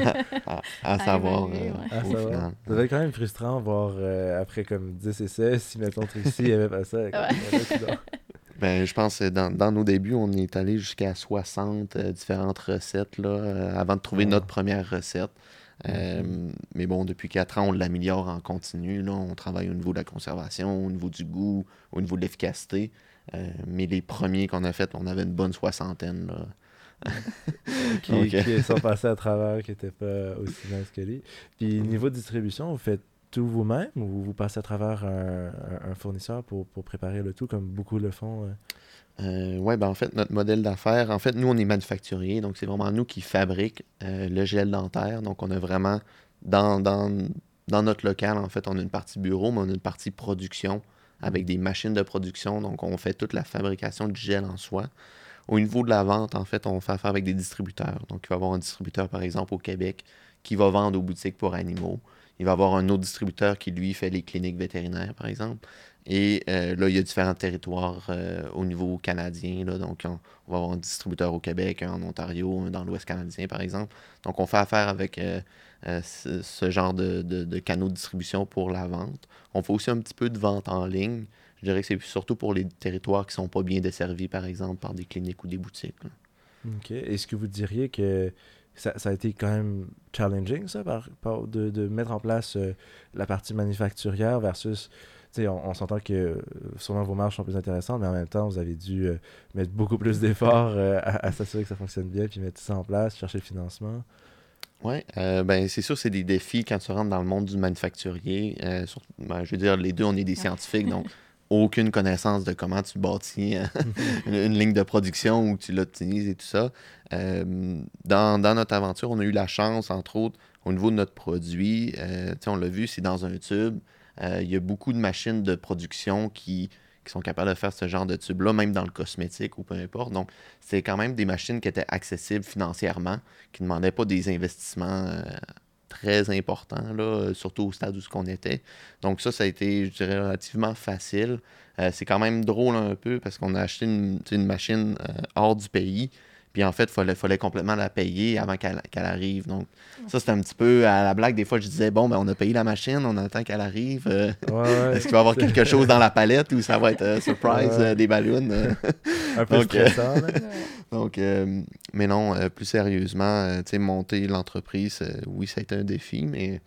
à, à À savoir évaluer, euh, ouais. Ah, au ça va. final. Ça doit être quand même frustrant voir euh, après comme dix essais, si mettons Trixie aimait pas ça. Comme, Ouais. ben là, coudonc. Ben, je pense que dans, dans nos débuts, on est allé jusqu'à soixante euh, différentes recettes là, euh, avant de trouver Wow. notre première recette. Euh, Mhm. Mais bon, depuis quatre ans, on l'améliore en continu. Là. On travaille au niveau de la conservation, au niveau du goût, au niveau de l'efficacité. Euh, mais les premiers qu'on a fait, on avait une bonne soixantaine. Là. qui, Donc, euh, qui sont passés à travers, qui n'étaient pas aussi nice que lui. Puis niveau distribution, vous faites tout vous-même ou vous passez à travers un, un- un fournisseur pour, pour préparer le tout, comme beaucoup le font? euh? Euh, ouais, ben en fait, notre modèle d'affaires, en fait, nous, on est manufacturier, donc c'est vraiment nous qui fabriquons euh, le gel dentaire. Donc, on a vraiment, dans, dans, dans notre local, en fait, on a une partie bureau, mais on a une partie production avec des machines de production. Donc, on fait toute la fabrication du gel en soi. Au niveau de la vente, en fait, on fait affaire avec des distributeurs. Donc, il va y avoir un distributeur, par exemple, au Québec, qui va vendre aux boutiques pour animaux. Il va y avoir un autre distributeur qui, lui, fait les cliniques vétérinaires, par exemple. Et euh, là, il y a différents territoires euh, au niveau canadien. Là, donc, on, on va avoir un distributeur au Québec, un en Ontario, un dans l'Ouest canadien, par exemple. Donc, on fait affaire avec euh, euh, ce, ce genre de, de, de canaux de distribution pour la vente. On fait aussi un petit peu de vente en ligne. Je dirais que c'est surtout pour les territoires qui ne sont pas bien desservis, par exemple, par des cliniques ou des boutiques. Là. OK. Est-ce que vous diriez que ça, ça a été quand même challenging, ça, par, par- de, de mettre en place euh, la partie manufacturière versus... Tu sais, on, on s'entend que euh, sûrement vos marges sont plus intéressantes, mais en même temps, vous avez dû euh, mettre beaucoup plus d'efforts euh, à, à s'assurer que ça fonctionne bien, puis mettre tout ça en place, chercher le financement. Oui, euh, ben, c'est sûr, c'est des défis quand tu rentres dans le monde du manufacturier. Euh, sur- ben, je veux dire, les deux, on est des scientifiques, donc aucune connaissance de comment tu bâtis euh, une, une ligne de production ou tu l'optimises et tout ça. Euh, dans, dans notre aventure, on a eu la chance, entre autres, au niveau de notre produit, euh, tu sais, on l'a vu, c'est dans un tube. Euh, Il y a beaucoup de machines de production qui, qui sont capables de faire ce genre de tube-là, même dans le cosmétique ou peu importe. Donc, c'est quand même des machines qui étaient accessibles financièrement, qui ne demandaient pas des investissements euh, très importants, là, euh, surtout au stade où on était. Donc ça, ça a été, je dirais, relativement facile. Euh, c'est quand même drôle un peu parce qu'on a acheté une, tu sais, une machine euh, hors du pays. Puis en fait, il fallait, fallait complètement la payer avant qu'elle qu'elle arrive. Donc ça, c'était un petit peu à la blague. Des fois, je disais, bon, ben, on a payé la machine, on attend qu'elle arrive. Euh, Ouais, ouais. est-ce qu'il va y avoir quelque chose dans la palette ou ça va être euh, surprise, Ouais. euh, des ballons? euh? Un peu Donc, euh, stressant, là. Ouais. Donc, euh, mais non, euh, plus sérieusement, euh, tu sais, monter l'entreprise, euh, oui, ça a été un défi, mais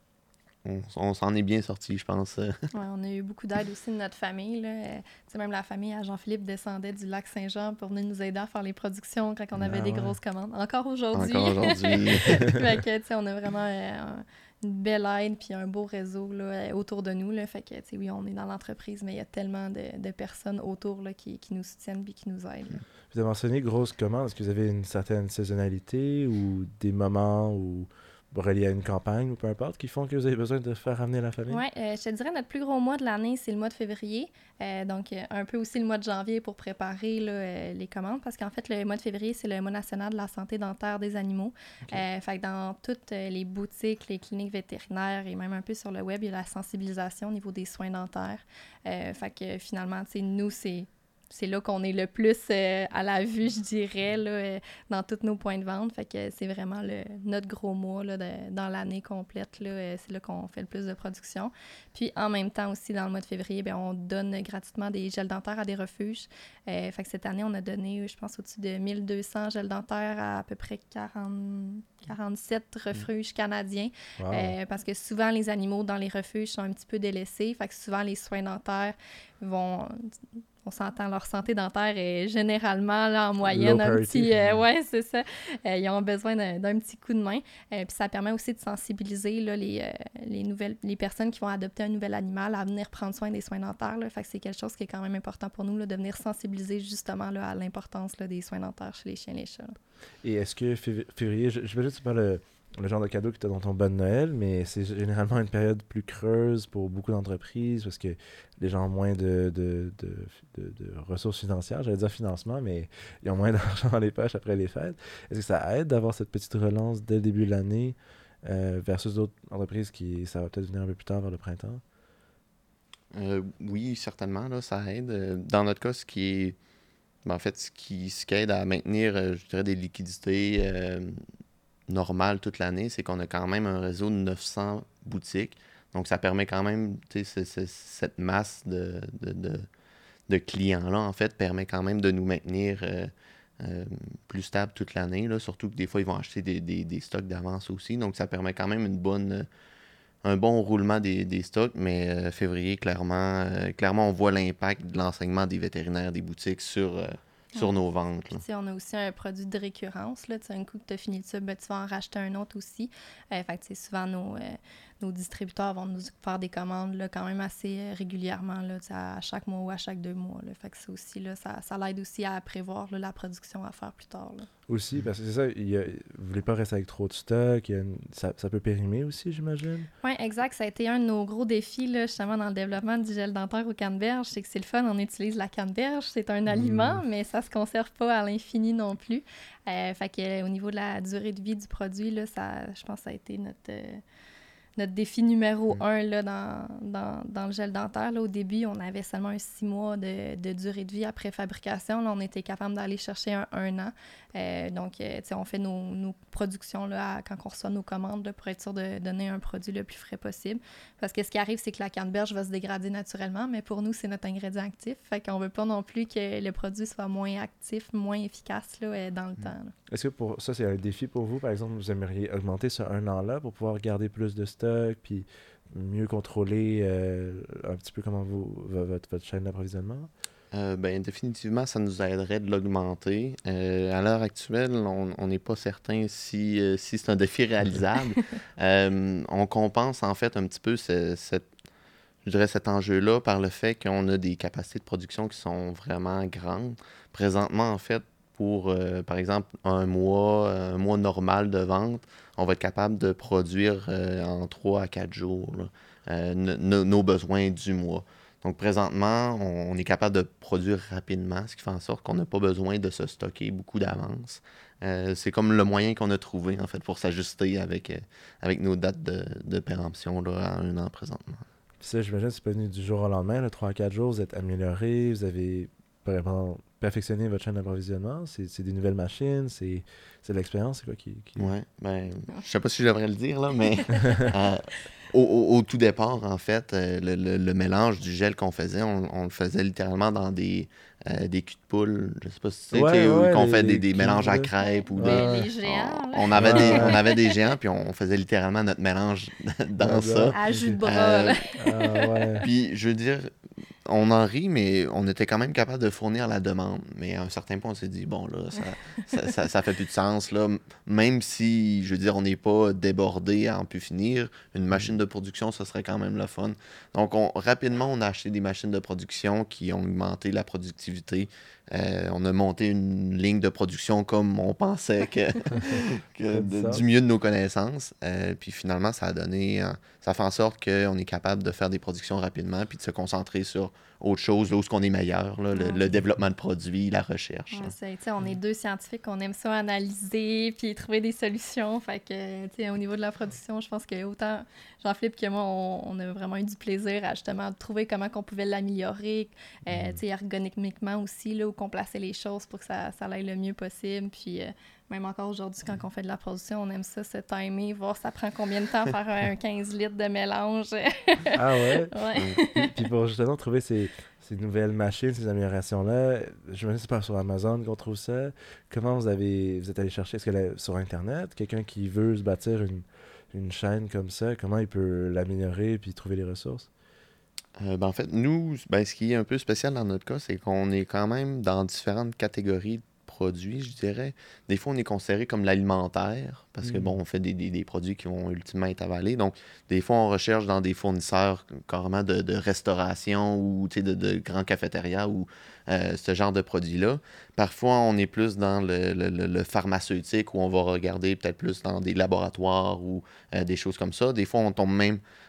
on, on s'en est bien sorti, je pense. euh. Ouais, on a eu beaucoup d'aide aussi de notre famille. Là. Euh, tu sais, même la famille à Jean-Philippe descendait du lac Saint-Jean pour venir nous aider à faire les productions quand on avait Ah des ouais. grosses commandes. Encore aujourd'hui. Encore aujourd'hui. Fait que, tu sais, on a vraiment euh, une belle aide puis un beau réseau là, euh, autour de nous. Là. Fait que, tu sais, oui, on est dans l'entreprise, mais il y a tellement de, de personnes autour là, qui, qui nous soutiennent puis qui nous aident. là. Vous avez mentionné grosse commande. Est-ce que vous avez une certaine saisonnalité ou des moments où reliés à une campagne ou peu importe qui font que vous avez besoin de faire ramener la famille? Oui, euh, je te dirais notre plus gros mois de l'année, c'est le mois de février. Euh, donc, euh, un peu aussi le mois de janvier pour préparer là, euh, les commandes. Parce qu'en fait, le mois de février, c'est le mois national de la santé dentaire des animaux. Ok. Euh, fait que dans toutes euh, les boutiques, les cliniques vétérinaires et même un peu sur le web, il y a la sensibilisation au niveau des soins dentaires. Euh, fait que finalement, tu sais, nous, c'est... C'est là qu'on est le plus euh, à la vue, je dirais, là, euh, dans tous nos points de vente. Fait que c'est vraiment le, notre gros mois là, de- dans l'année complète. Là, euh, c'est là qu'on fait le plus de production. Puis en même temps aussi, dans le mois de février, bien, on donne gratuitement des gels dentaires à des refuges. Euh, fait que cette année, on a donné, je pense, au-dessus de mille deux cents gels dentaires à à peu près quarante, quarante-sept refuges canadiens. Wow. Euh, parce que souvent, les animaux dans les refuges sont un petit peu délaissés. Fait que souvent, les soins dentaires vont... On s'entend, leur santé dentaire est généralement, là, en moyenne, Low un priority. petit... Euh, ouais, c'est ça. Euh, ils ont besoin d'un, d'un petit coup de main. Euh, puis ça permet aussi de sensibiliser là, les, euh, les, nouvelles, les personnes qui vont adopter un nouvel animal à venir prendre soin des soins dentaires. Là. Fait que c'est quelque chose qui est quand même important pour nous, là, de venir sensibiliser justement là, à l'importance là, des soins dentaires chez les chiens et les chats. Là. Et est-ce que fév- février, je, je veux juste pas le, le genre de cadeau que tu as dans ton bon de Noël, mais c'est généralement une période plus creuse pour beaucoup d'entreprises parce que les gens ont moins de, de, de, de, de ressources financières, j'allais dire financement, mais ils ont moins d'argent dans les poches après les fêtes. Est-ce que ça aide d'avoir cette petite relance dès le début de l'année euh, versus d'autres entreprises qui, ça va peut-être venir un peu plus tard vers le printemps? Euh, oui, certainement, là, ça aide. Euh, Dans notre cas, ce qui est, ben, en fait, ce qui, ce qui aide à maintenir, euh, je dirais, des liquidités euh, normales toute l'année, c'est qu'on a quand même un réseau de neuf cents boutiques. Donc, ça permet quand même, tu sais, ce- ce- cette masse de, de, de, de clients-là, en fait, permet quand même de nous maintenir euh, euh, plus stable toute l'année, là. Surtout que des fois, ils vont acheter des, des, des stocks d'avance aussi. Donc, ça permet quand même une bonne, un bon roulement des, des stocks. Mais euh, février, clairement, euh, clairement, on voit l'impact de l'enseignement des vétérinaires des boutiques sur, euh, sur Ouais. nos ventes, Puis, là. tu sais, on a aussi un produit de récurrence. Là. Tu sais, un coup que tu as fini de ça, ben, tu vas en racheter un autre aussi. Euh, fait que, tu sais, souvent, nos, euh, nos distributeurs vont nous faire des commandes là, quand même assez euh, régulièrement, là, tu sais, à chaque mois ou à chaque deux mois. Là. Fait que ça aussi, là, ça, ça l'aide aussi à prévoir là, la production à faire plus tard. Là. Aussi, parce que c'est ça, il y a, vous voulez pas rester avec trop de stock, il y a une- ça, ça peut périmer aussi, j'imagine? Oui, exact. Ça a été un de nos gros défis, là, justement, dans le développement du gel dentaire au canneberge. C'est que c'est le fun, on utilise la canneberge. C'est un aliment, mais ça se conserve pas à l'infini non plus. Euh, fait que, euh, au niveau de la durée de vie du produit, là, ça, je pense que ça a été notre, euh, notre défi numéro Mm. un là, dans, dans, dans le gel dentaire. Là, au début, on avait seulement un six mois de, de durée de vie après fabrication. Là, on était capable d'aller chercher un, un an. Euh, donc, euh, tu sais, on fait nos, nos productions là, à- quand on reçoit nos commandes là, pour être sûr de donner un produit le plus frais possible. Parce que ce qui arrive, c'est que la canneberge va se dégrader naturellement, mais pour nous, c'est notre ingrédient actif. Fait qu'on veut pas non plus que le produit soit moins actif, moins efficace là, euh, dans le Mm. temps. Là. Est-ce que pour ça, c'est un défi pour vous? Par exemple, vous aimeriez augmenter ce un an-là pour pouvoir garder plus de stock, puis mieux contrôler euh, un petit peu comment vous, vo- votre, votre chaîne d'approvisionnement? Euh, ben, définitivement, ça nous aiderait de l'augmenter. Euh, à l'heure actuelle, on on n'est pas certain si, euh, si c'est un défi réalisable. Euh, on compense en fait un petit peu ce- cette, je dirais cet enjeu-là par le fait qu'on a des capacités de production qui sont vraiment grandes. Présentement, en fait, pour, euh, par exemple, un mois, un mois normal de vente, on va être capable de produire euh, en trois à quatre jours là, euh, no- no- nos besoins du mois. Donc, présentement, on, on est capable de produire rapidement, ce qui fait en sorte qu'on n'a pas besoin de se stocker beaucoup d'avance. Euh, c'est comme le moyen qu'on a trouvé, en fait, pour s'ajuster avec, euh, avec nos dates de, de péremption là, à un an présentement. Puis ça, j'imagine, c'est pas venu du jour au lendemain, là, trois à quatre jours, vous êtes amélioré, vous avez vraiment perfectionné votre chaîne d'approvisionnement, c'est c'est des nouvelles machines, c'est c'est de l'expérience, c'est quoi qui... qui... Ouais, ben, je sais pas si je devrais le dire, là, mais euh, au, au- au tout départ, en fait, euh, le, le- le mélange du gel qu'on faisait, on, on le faisait littéralement dans des, euh, des culs de poule. Je sais pas si tu sais, Ouais, tu sais, où ouais, qu'on les- fait des, les des culs, mélanges à là. crêpes ou Les, des... Ouais. les géants, On, là. on avait Ouais, des, ouais. on avait des géants, puis on faisait littéralement notre mélange dans Là-dedans. ça. À jus de bras, Euh, là. Ah ouais. Puis, je veux dire, on en rit, mais on était quand même capable de fournir la demande. Mais à un certain point, on s'est dit, bon, là, ça, ça, ça, ça fait plus de sens, là. M- Même si, je veux dire, on n'est pas débordé à en pu finir, une machine de production, ça serait quand même le fun. Donc, on, rapidement, on a acheté des machines de production qui ont augmenté la productivité. Euh, on a monté une ligne de production comme on pensait que, que Ça a du de- sens. du mieux de nos connaissances. Euh, puis finalement, ça a donné, euh, ça fait en sorte qu'on est capable de faire des productions rapidement puis de se concentrer sur autre chose, là où ce qu'on est meilleur, là, le, Ouais. le développement de produits, la recherche. Ouais, là. c'est- tu sais, on est deux scientifiques, on aime ça analyser puis trouver des solutions. Fait que, tu sais, au niveau de la production, je pense que autant Jean-Philippe que moi, on, on a vraiment eu du plaisir à justement trouver comment on pouvait l'améliorer, euh, tu sais, ergonomiquement aussi, là, où qu'on plaçait les choses pour que ça, ça aille le mieux possible. Puis euh, même encore aujourd'hui, quand on fait de la production, on aime ça, se timer, voir ça prend combien de temps faire un quinze litres de mélange. Ah ouais? Ouais. Puis, puis pour justement trouver ces, ces nouvelles machines, ces améliorations-là, je me dis c'est pas sur Amazon qu'on trouve ça. Comment vous avez vous êtes allé chercher? Est-ce que la- sur Internet, quelqu'un qui veut se bâtir une, une chaîne comme ça, comment il peut l'améliorer puis trouver les ressources? Euh, ben, en fait, nous, ben, ce qui est un peu spécial dans notre cas, c'est qu'on est quand même dans différentes catégories de produits, je dirais. Des fois, on est considéré comme l'alimentaire, parce que, Mm. bon, on fait des, des- des produits qui vont ultimement être avalés. Donc, des fois, on recherche dans des fournisseurs carrément de, de restauration ou, tu sais, de, de grands cafétérias ou euh, ce genre de produits-là. Parfois, on est plus dans le, le- le- le pharmaceutique où on va regarder peut-être plus dans des laboratoires ou euh, des choses comme ça. Des fois, on tombe même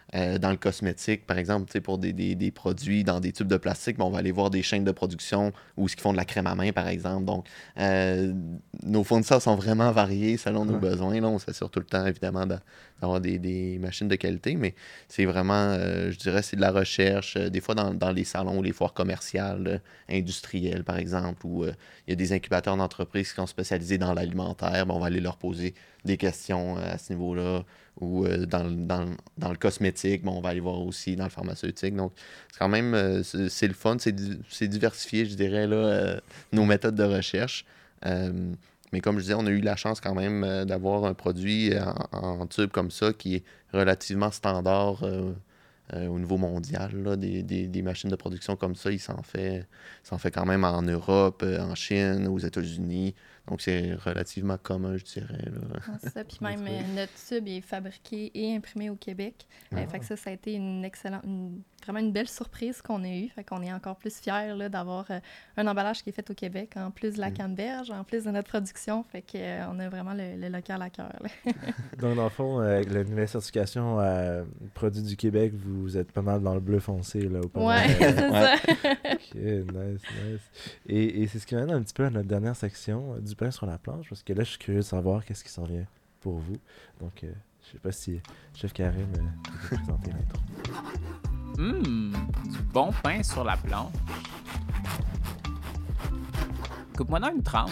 Euh, dans le cosmétique, par exemple, tu sais, pour des, des, des produits dans des tubes de plastique, ben, on va aller voir des chaînes de production où ils font de la crème à main, par exemple. Donc, euh, nos fournisseurs sont vraiment variés selon nos Ouais. besoins. Là, on s'assure tout le temps, évidemment, d'a- d'avoir des, des machines de qualité, mais c'est vraiment, euh, je dirais, c'est de la recherche. Euh, des fois, dans, dans les salons ou les foires commerciales, euh, industrielles, par exemple, où euh, il y a des incubateurs d'entreprises qui sont spécialisés dans l'alimentaire, ben, on va aller leur poser des questions euh, à ce niveau-là. Ou euh, dans, dans, dans le cosmétique, bon, on va aller voir aussi dans le pharmaceutique. Donc, c'est quand même, euh, c'est, c'est le fun, c'est, di- c'est diversifié, je dirais, là, euh, nos méthodes de recherche. Euh, mais comme je disais, on a eu la chance quand même euh, d'avoir un produit en, en tube comme ça qui est relativement standard euh, euh, au niveau mondial. Là, des, des, des machines de production comme ça, il s'en fait, il s'en fait quand même en Europe, euh, en Chine, aux États-Unis. Donc, c'est relativement commun, je dirais. Là. Ah, c'est ça. Puis même, euh, notre tube est fabriqué et imprimé au Québec. Euh, Ah. Fait que ça, ça a été une excellente, une- vraiment une belle surprise qu'on a eue. Fait qu'on est encore plus fiers là, d'avoir euh, un emballage qui est fait au Québec, en plus de la Mm. canneberge, en plus de notre production. Fait qu'on a vraiment le, le local à cœur. là. Donc, dans le fond, euh, avec la nouvelle certification euh, produit du Québec, vous êtes pas mal dans le bleu foncé, là, ou pas Ouais, mal, c'est euh, ça. Ok, nice, nice. Et, et c'est ce qui m'amène un petit peu à notre dernière section, euh, du pain sur la planche, parce que là, je suis curieux de savoir qu'est-ce qui s'en vient pour vous. Donc, euh, je sais pas si Chef Karim euh, peut présenter l'intro. Hum, du bon pain sur la planche. Coupe-moi dans une tranche.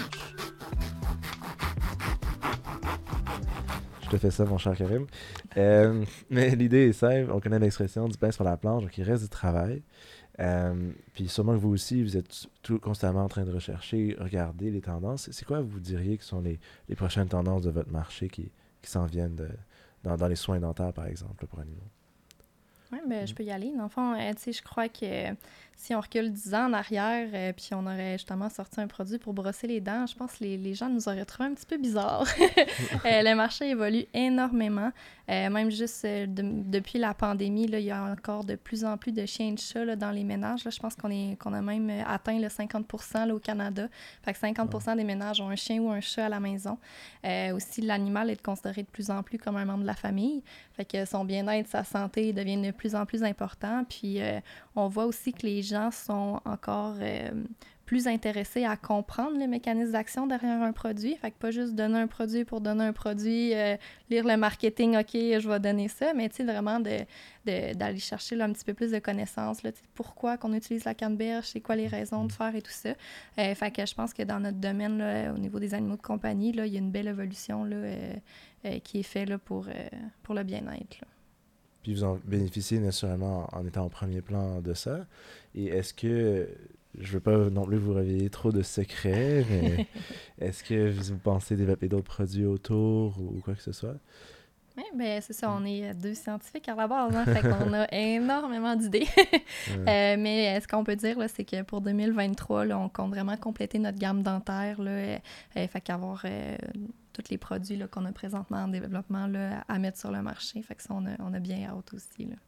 Je te fais ça, mon cher Karim. Euh, mais l'idée est simple, on connaît l'expression du pain sur la planche, donc il reste du travail. Euh, puis sûrement que vous aussi, vous êtes tout constamment en train de rechercher, regarder les tendances. C'est quoi, vous diriez, que sont les, les prochaines tendances de votre marché qui, qui s'en viennent de, dans, dans les soins dentaires, par exemple, pour animaux? Oui, ben, je peux y aller. Dans le fond, euh, tu sais, je crois que euh, si on recule dix ans en arrière, euh, puis on aurait justement sorti un produit pour brosser les dents, je pense que les, les gens nous auraient trouvé un petit peu bizarre. Euh, le marché évolue énormément. Euh, même juste euh, de- depuis la pandémie, là, il y a encore de plus en plus de chiens et de chats là, dans les ménages. Là, je pense qu'on est, qu'on a même euh, atteint le cinquante pour cent là, au Canada. Fait que cinquante pour cent des ménages ont un chien ou un chat à la maison. Euh, aussi, l'animal est considéré de plus en plus comme un membre de la famille. Fait que son bien-être, sa santé deviennent de plus en plus importants. Puis euh, on voit aussi que les gens sont encore euh, plus intéressés à comprendre le mécanisme d'action derrière un produit. Fait que pas juste donner un produit pour donner un produit, euh, lire le marketing, OK, je vais donner ça, mais tu sais, vraiment de, de- d'aller chercher là, un petit peu plus de connaissances. Là, tu sais, pourquoi qu'on utilise la canneberge, c'est quoi les raisons de faire et tout ça. Euh, fait que je pense que dans notre domaine, là, au niveau des animaux de compagnie, là, il y a une belle évolution là, euh, euh, qui est faite là, pour, euh, pour le bien-être. Là. Puis vous en bénéficiez naturellement en, en étant au premier plan de ça. Et est-ce que, je veux pas non plus vous révéler trop de secrets, mais est-ce que vous pensez développer d'autres produits autour ou quoi que ce soit? Oui, bien, c'est ça, on est deux scientifiques à la base, hein, fait qu'on a énormément d'idées. Ouais. Euh, mais euh, ce qu'on peut dire, là, c'est que pour deux mille vingt-trois, là, on compte vraiment compléter notre gamme dentaire, là, euh, euh, fait qu'avoir euh, tous les produits là, qu'on a présentement en développement là, à mettre sur le marché, fait que ça, on a, on a bien hâte aussi. Là.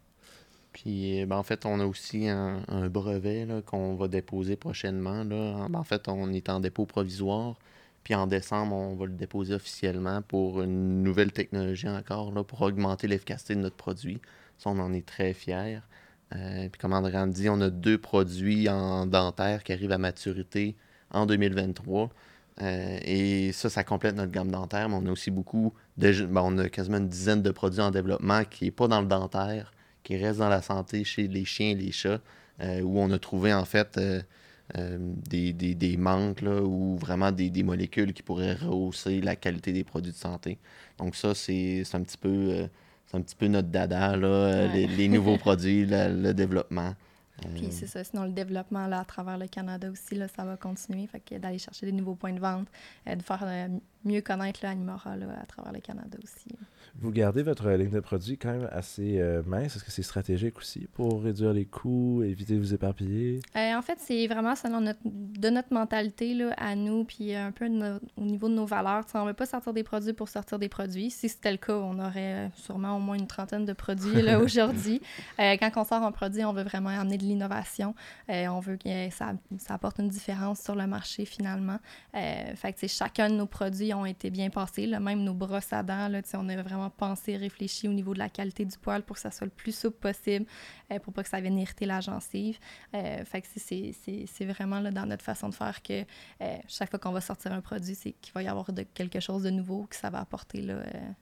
Puis, ben, en fait, on a aussi un, un brevet là, qu'on va déposer prochainement. Là. Ben, en fait, on est en dépôt provisoire. Puis en décembre, on va le déposer officiellement pour une nouvelle technologie encore, là, pour augmenter l'efficacité de notre produit. Ça, on en est très fiers. Euh, puis comme André dit, on a deux produits en dentaire qui arrivent à maturité en deux mille vingt-trois. Euh, et ça, ça complète notre gamme dentaire. Mais on a aussi beaucoup, de, ben, on a quasiment une dizaine de produits en développement qui n'est pas dans le dentaire, qui reste dans la santé chez les chiens et les chats, euh, où on a trouvé en fait euh, euh, des, des, des manques là, ou vraiment des, des molécules qui pourraient rehausser la qualité des produits de santé. Donc ça, c'est c'est un petit peu euh, c'est un petit peu notre dada, là, euh, Ouais. les, les nouveaux produits, le, le développement. Euh, Puis c'est ça, sinon le développement là, à travers le Canada aussi, là, ça va continuer. Fait que d'aller chercher des nouveaux points de vente, euh, de faire euh, mieux connaître l'Animora là, à travers le Canada aussi. là. Vous gardez votre ligne de produits quand même assez euh, mince. Est-ce que c'est stratégique aussi pour réduire les coûts, éviter de vous éparpiller? Euh, en fait, c'est vraiment selon notre, de notre mentalité là, à nous, puis un peu de no- au niveau de nos valeurs. T'sais, on ne veut pas sortir des produits pour sortir des produits. Si c'était le cas, on aurait sûrement au moins une trentaine de produits là, aujourd'hui. Euh, quand on sort un produit, on veut vraiment amener de l'innovation. Euh, on veut que ça, ça apporte une différence sur le marché finalement. Euh, fait que t'sais, chacun de nos produits produits ont été bien passés. Là. Même nos brosses à dents, là, on a vraiment pensé, réfléchi au niveau de la qualité du poil pour que ça soit le plus souple possible, euh, pour pas que ça vienne irriter la gencive. Euh, fait que c'est, c'est, c'est vraiment là, dans notre façon de faire que euh, chaque fois qu'on va sortir un produit, c'est qu'il va y avoir de, quelque chose de nouveau, que ça va apporter là,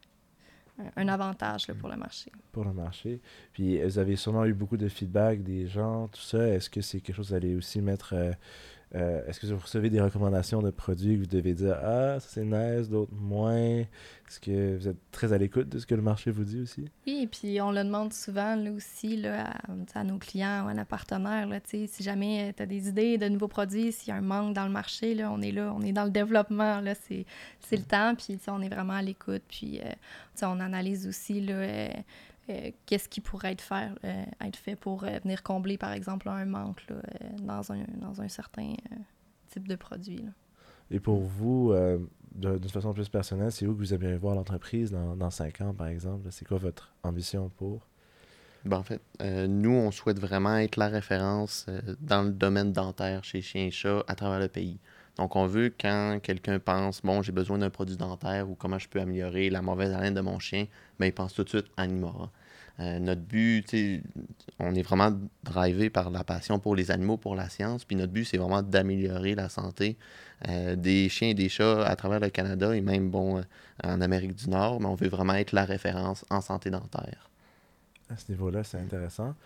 euh, un avantage là, pour le marché. Pour le marché. Puis vous avez sûrement eu beaucoup de feedback des gens, tout ça. Est-ce que c'est quelque chose que vous allez aussi mettre... Euh, Euh, est-ce que vous recevez des recommandations de produits que vous devez dire « Ah, ça c'est nice, d'autres moins ». Est-ce que vous êtes très à l'écoute de ce que le marché vous dit aussi? Oui, et puis on le demande souvent là, aussi là, à, à nos clients ou à nos partenaires. Là, si jamais tu as des idées de nouveaux produits, s'il y a un manque dans le marché, là, on est là, on est dans le développement, là, c'est, c'est le temps, puis on est vraiment à l'écoute. Puis euh, on analyse aussi là, euh, euh, qu'est-ce qui pourrait être, faire, euh, être fait pour euh, venir combler, par exemple, un manque là, euh, dans, un, dans un certain euh, type de produit. Là. Et pour vous, euh, de, d'une façon plus personnelle, c'est où que vous aimeriez voir l'entreprise dans, dans cinq ans, par exemple? C'est quoi votre ambition pour? Ben, en fait, euh, nous, on souhaite vraiment être la référence euh, dans le domaine dentaire chez Chien et Chat à travers le pays. Donc, on veut quand quelqu'un pense, bon, j'ai besoin d'un produit dentaire ou comment je peux améliorer la mauvaise haleine de mon chien, ben, il pense tout de suite à Animora. Euh, notre but, tu sais, on est vraiment drivé par la passion pour les animaux, pour la science, puis notre but, c'est vraiment d'améliorer la santé euh, des chiens et des chats à travers le Canada et même, bon, euh, en Amérique du Nord, mais on veut vraiment être la référence en santé dentaire. À ce niveau-là, c'est intéressant.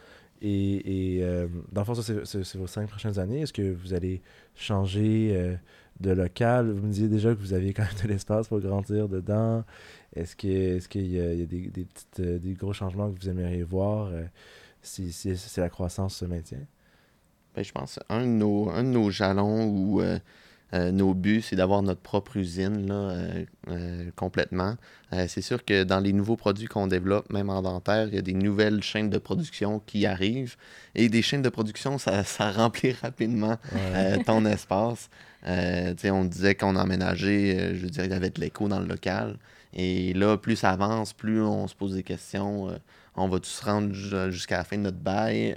Et, et euh, dans le fond, ça, c'est, c'est, c'est vos cinq prochaines années. Est-ce que vous allez changer euh, de local? Vous me disiez déjà que vous aviez quand même de l'espace pour grandir dedans. Est-ce, que, est-ce qu'il y a, il y a des, des, petites, euh, des gros changements que vous aimeriez voir euh, si, si, si la croissance se maintient? Ben, je pense un de nos, un de nos jalons ou euh, euh, nos buts, c'est d'avoir notre propre usine là, euh, euh, complètement. Euh, c'est sûr que dans les nouveaux produits qu'on développe, même en dentaire, il y a des nouvelles chaînes de production qui arrivent. Et des chaînes de production, ça, ça remplit rapidement euh, ton espace. Euh, on disait qu'on emménageait, euh, je veux dire, il y avait de l'écho dans le local. Et là, plus ça avance, plus on se pose des questions. Euh, on va tous se rendre jusqu'à la fin de notre bail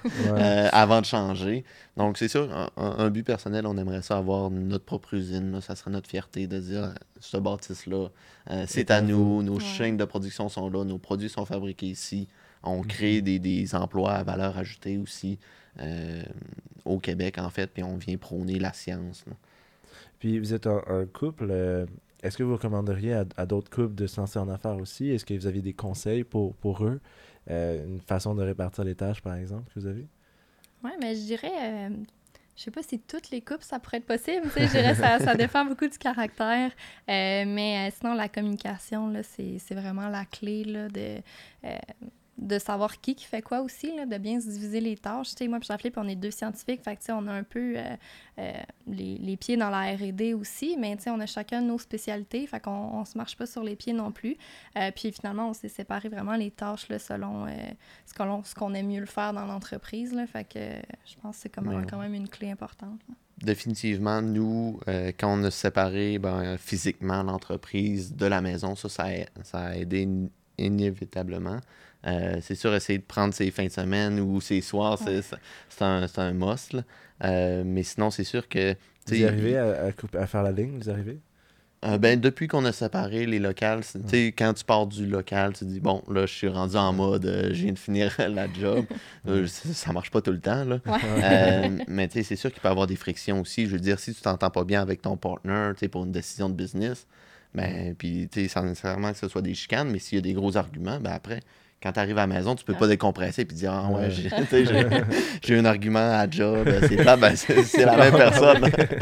euh, avant de changer. Donc, c'est sûr, un, un but personnel, on aimerait ça avoir notre propre usine. Là. Ça serait notre fierté de dire, ce bâtisse-là, euh, c'est à nous, nos ouais. chaînes de production sont là, nos produits sont fabriqués ici. On crée mm-hmm. des, des emplois à valeur ajoutée aussi euh, au Québec, en fait, puis on vient prôner la science. Là. Puis, vous êtes un, un couple... Euh... Est-ce que vous recommanderiez à, à d'autres couples de se lancer en affaires aussi? Est-ce que vous aviez des conseils pour, pour eux? Euh, une façon de répartir les tâches, par exemple, que vous avez? Oui, mais je dirais... Euh, je sais pas si toutes les couples, ça pourrait être possible. Je dirais que ça, ça dépend beaucoup du caractère. Euh, mais euh, sinon, la communication, là, c'est, c'est vraiment la clé là, de... Euh, de savoir qui qui fait quoi aussi, là, de bien se diviser les tâches. Tu sais, moi et Jean-Philippe, on est deux scientifiques, fait que, tu sais, on a un peu euh, euh, les, les pieds dans la R et D aussi, mais tu sais, on a chacun nos spécialités, fait qu'on on se marche pas sur les pieds non plus. Euh, puis finalement, on s'est séparé vraiment les tâches là, selon euh, ce, qu'on, ce qu'on aime mieux le faire dans l'entreprise, là, fait que je pense que c'est comme, ouais. quand même une clé importante. Là. Définitivement, nous, euh, quand on a séparé ben, physiquement l'entreprise de la maison, ça, ça a, ça a aidé inévitablement. Euh, c'est sûr, essayer de prendre ses fins de semaine ou ses soirs, ouais. c'est, c'est, un, c'est un must. Là. Euh, mais sinon, c'est sûr que... Vous y arrivez à, à, couper, à faire la ligne? Vous y arrivez? Euh, ben, depuis qu'on a séparé les locales, ouais. quand tu pars du local, tu te dis, bon, là, je suis rendu en mode, euh, je viens de finir la job. euh, ça, ça marche pas tout le temps. Là. Ouais. Euh, mais c'est sûr qu'il peut y avoir des frictions aussi. Je veux dire, si tu t'entends pas bien avec ton partner pour une décision de business, ben, puis sans nécessairement que ce soit des chicanes, mais s'il y a des gros arguments, ben après... Quand tu arrives à la maison, tu peux pas décompresser et dire ah ouais, j'ai, j'ai, j'ai eu un argument à job, c'est plat, ben c'est, c'est la même personne.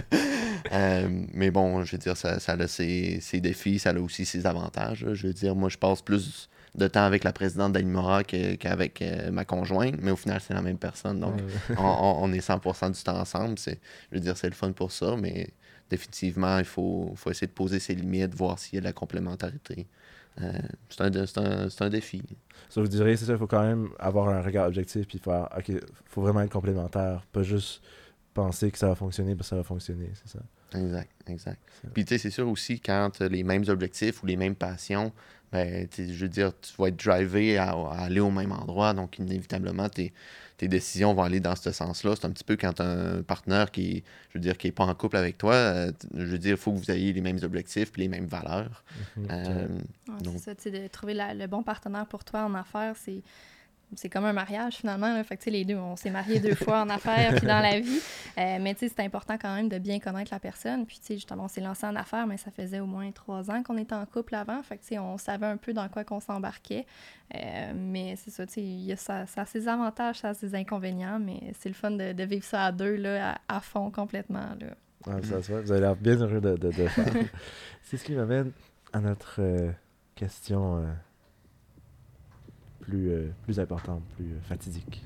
euh, mais bon, je veux dire, ça, ça a ses, ses défis, ça a aussi ses avantages. Là. Je veux dire, moi, je passe plus de temps avec la présidente d'Animora que, qu'avec euh, ma conjointe, mais au final, c'est la même personne. Donc, on, on, on est cent pour cent du temps ensemble. C'est, je veux dire, c'est le fun pour ça, mais définitivement, il faut, faut essayer de poser ses limites, voir s'il y a de la complémentarité. Euh, c'est, un, c'est, un, c'est un défi. Ça, vous diriez, c'est ça, il faut quand même avoir un regard objectif puis faire, OK, il faut vraiment être complémentaire, pas juste penser que ça va fonctionner, parce que ça va fonctionner, c'est ça. Exact, exact. Ça. Puis tu sais, c'est sûr aussi, quand tu as les mêmes objectifs ou les mêmes passions, ben, tu sais, je veux dire, tu vas être drivé à, à aller au même endroit, donc inévitablement, tes, tes décisions vont aller dans ce sens-là. C'est un petit peu quand tu as un partenaire qui, je veux dire, qui n'est pas en couple avec toi, euh, je veux dire, il faut que vous ayez les mêmes objectifs puis les mêmes valeurs. Mhm. Euh, Ouais, donc, c'est ça, tu sais, de trouver la- le bon partenaire pour toi en affaires, c'est, c'est comme un mariage finalement. Là. Fait que, tu sais, les deux, on s'est mariés deux fois en affaires puis dans la vie. Euh, mais tu sais, c'est important quand même de bien connaître la personne. Puis tu sais, justement, on s'est lancé en affaires, mais ça faisait au moins trois ans qu'on était en couple avant. Fait que tu sais, on savait un peu dans quoi qu'on s'embarquait. Euh, mais c'est ça, tu sais, il y a ça, ça a ses avantages, ça a ses inconvénients, mais c'est le fun de, de vivre ça à deux, là, à, à fond complètement, là. Ah, ça se voit, vous avez l'air bien heureux de, de, de faire. C'est ce qui m'amène à notre euh, question euh, plus, euh, plus importante, plus euh, fatidique.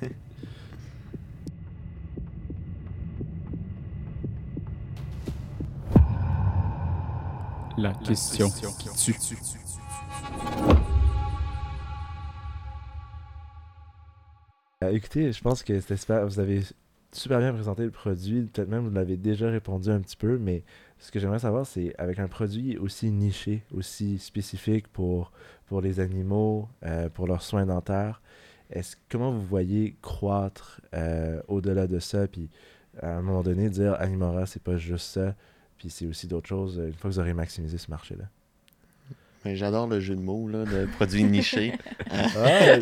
La question qui tue. Euh, écoutez, je pense que c'était super. Vous avez super bien présenté le produit. Peut-être même vous l'avez déjà répondu un petit peu, mais ce que j'aimerais savoir, c'est avec un produit aussi niché, aussi spécifique pour, pour les animaux, euh, pour leurs soins dentaires, est-ce comment vous voyez croître euh, au-delà de ça, puis à un moment donné dire Animora, c'est pas juste ça, puis c'est aussi d'autres choses, une fois que vous aurez maximisé ce marché-là. ben, j'adore le jeu de mots, là, de produits nichés. Ah,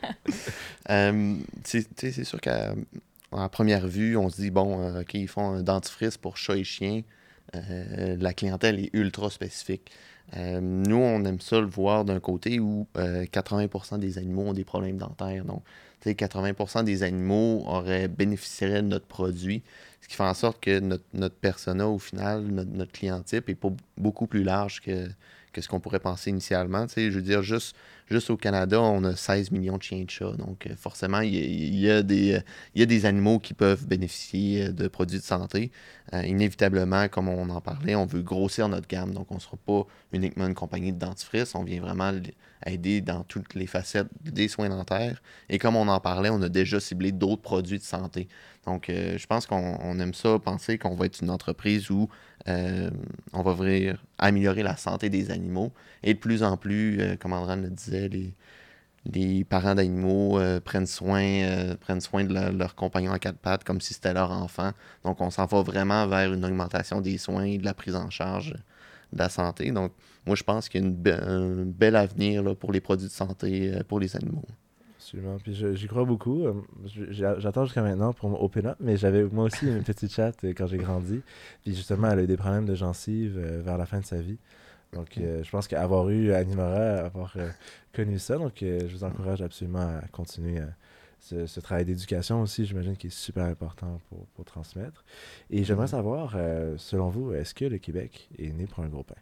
Euh, tu sais, c'est sûr qu'à à première vue, on se dit, bon, euh, OK, ils font un dentifrice pour chat et chien. Euh, la clientèle est ultra spécifique. Euh, nous, on aime ça le voir d'un côté où euh, quatre-vingts pour cent des animaux ont des problèmes dentaires. Donc, tu sais, quatre-vingts pour cent des animaux auraient bénéficieraient de notre produit, ce qui fait en sorte que notre, notre persona, au final, notre, notre client type est pas beaucoup plus large que, que ce qu'on pourrait penser initialement. Tu sais, je veux dire, juste, juste au Canada, on a seize millions de chiens et de chats. Donc, euh, forcément, il y a, il y a des, euh, il y a des animaux qui peuvent bénéficier euh, de produits de santé. Euh, inévitablement, comme on en parlait, on veut grossir notre gamme. Donc, on ne sera pas uniquement une compagnie de dentifrice. On vient vraiment l- aider dans toutes les facettes des soins dentaires. Et comme on en parlait, on a déjà ciblé d'autres produits de santé. Donc, euh, je pense qu'on on aime ça, penser qu'on va être une entreprise où euh, on va venir améliorer la santé des animaux. Et de plus en plus, euh, comme André le disait, les, les parents d'animaux euh, prennent soin, euh, prennent soin de la- leur compagnon à quatre pattes comme si c'était leur enfant. Donc, on s'en va vraiment vers une augmentation des soins et de la prise en charge de la santé. Donc, moi, je pense qu'il y a une be- un bel avenir là, pour les produits de santé euh, pour les animaux. absolument. Puis je- j'y crois beaucoup. Euh, j- j'ai- J'attends jusqu'à maintenant pour mon open up, mais j'avais moi aussi une petite chatte euh, quand j'ai grandi. Puis justement, elle a eu des problèmes de gencives euh, vers la fin de sa vie. Donc, euh, je pense qu'avoir eu Animora, avoir euh, connu ça, donc euh, je vous encourage absolument à continuer euh, ce, ce travail d'éducation aussi, j'imagine, qui est super important pour, pour transmettre. Et j'aimerais Mhm. savoir, euh, selon vous, est-ce que le Québec est né pour un gros pain?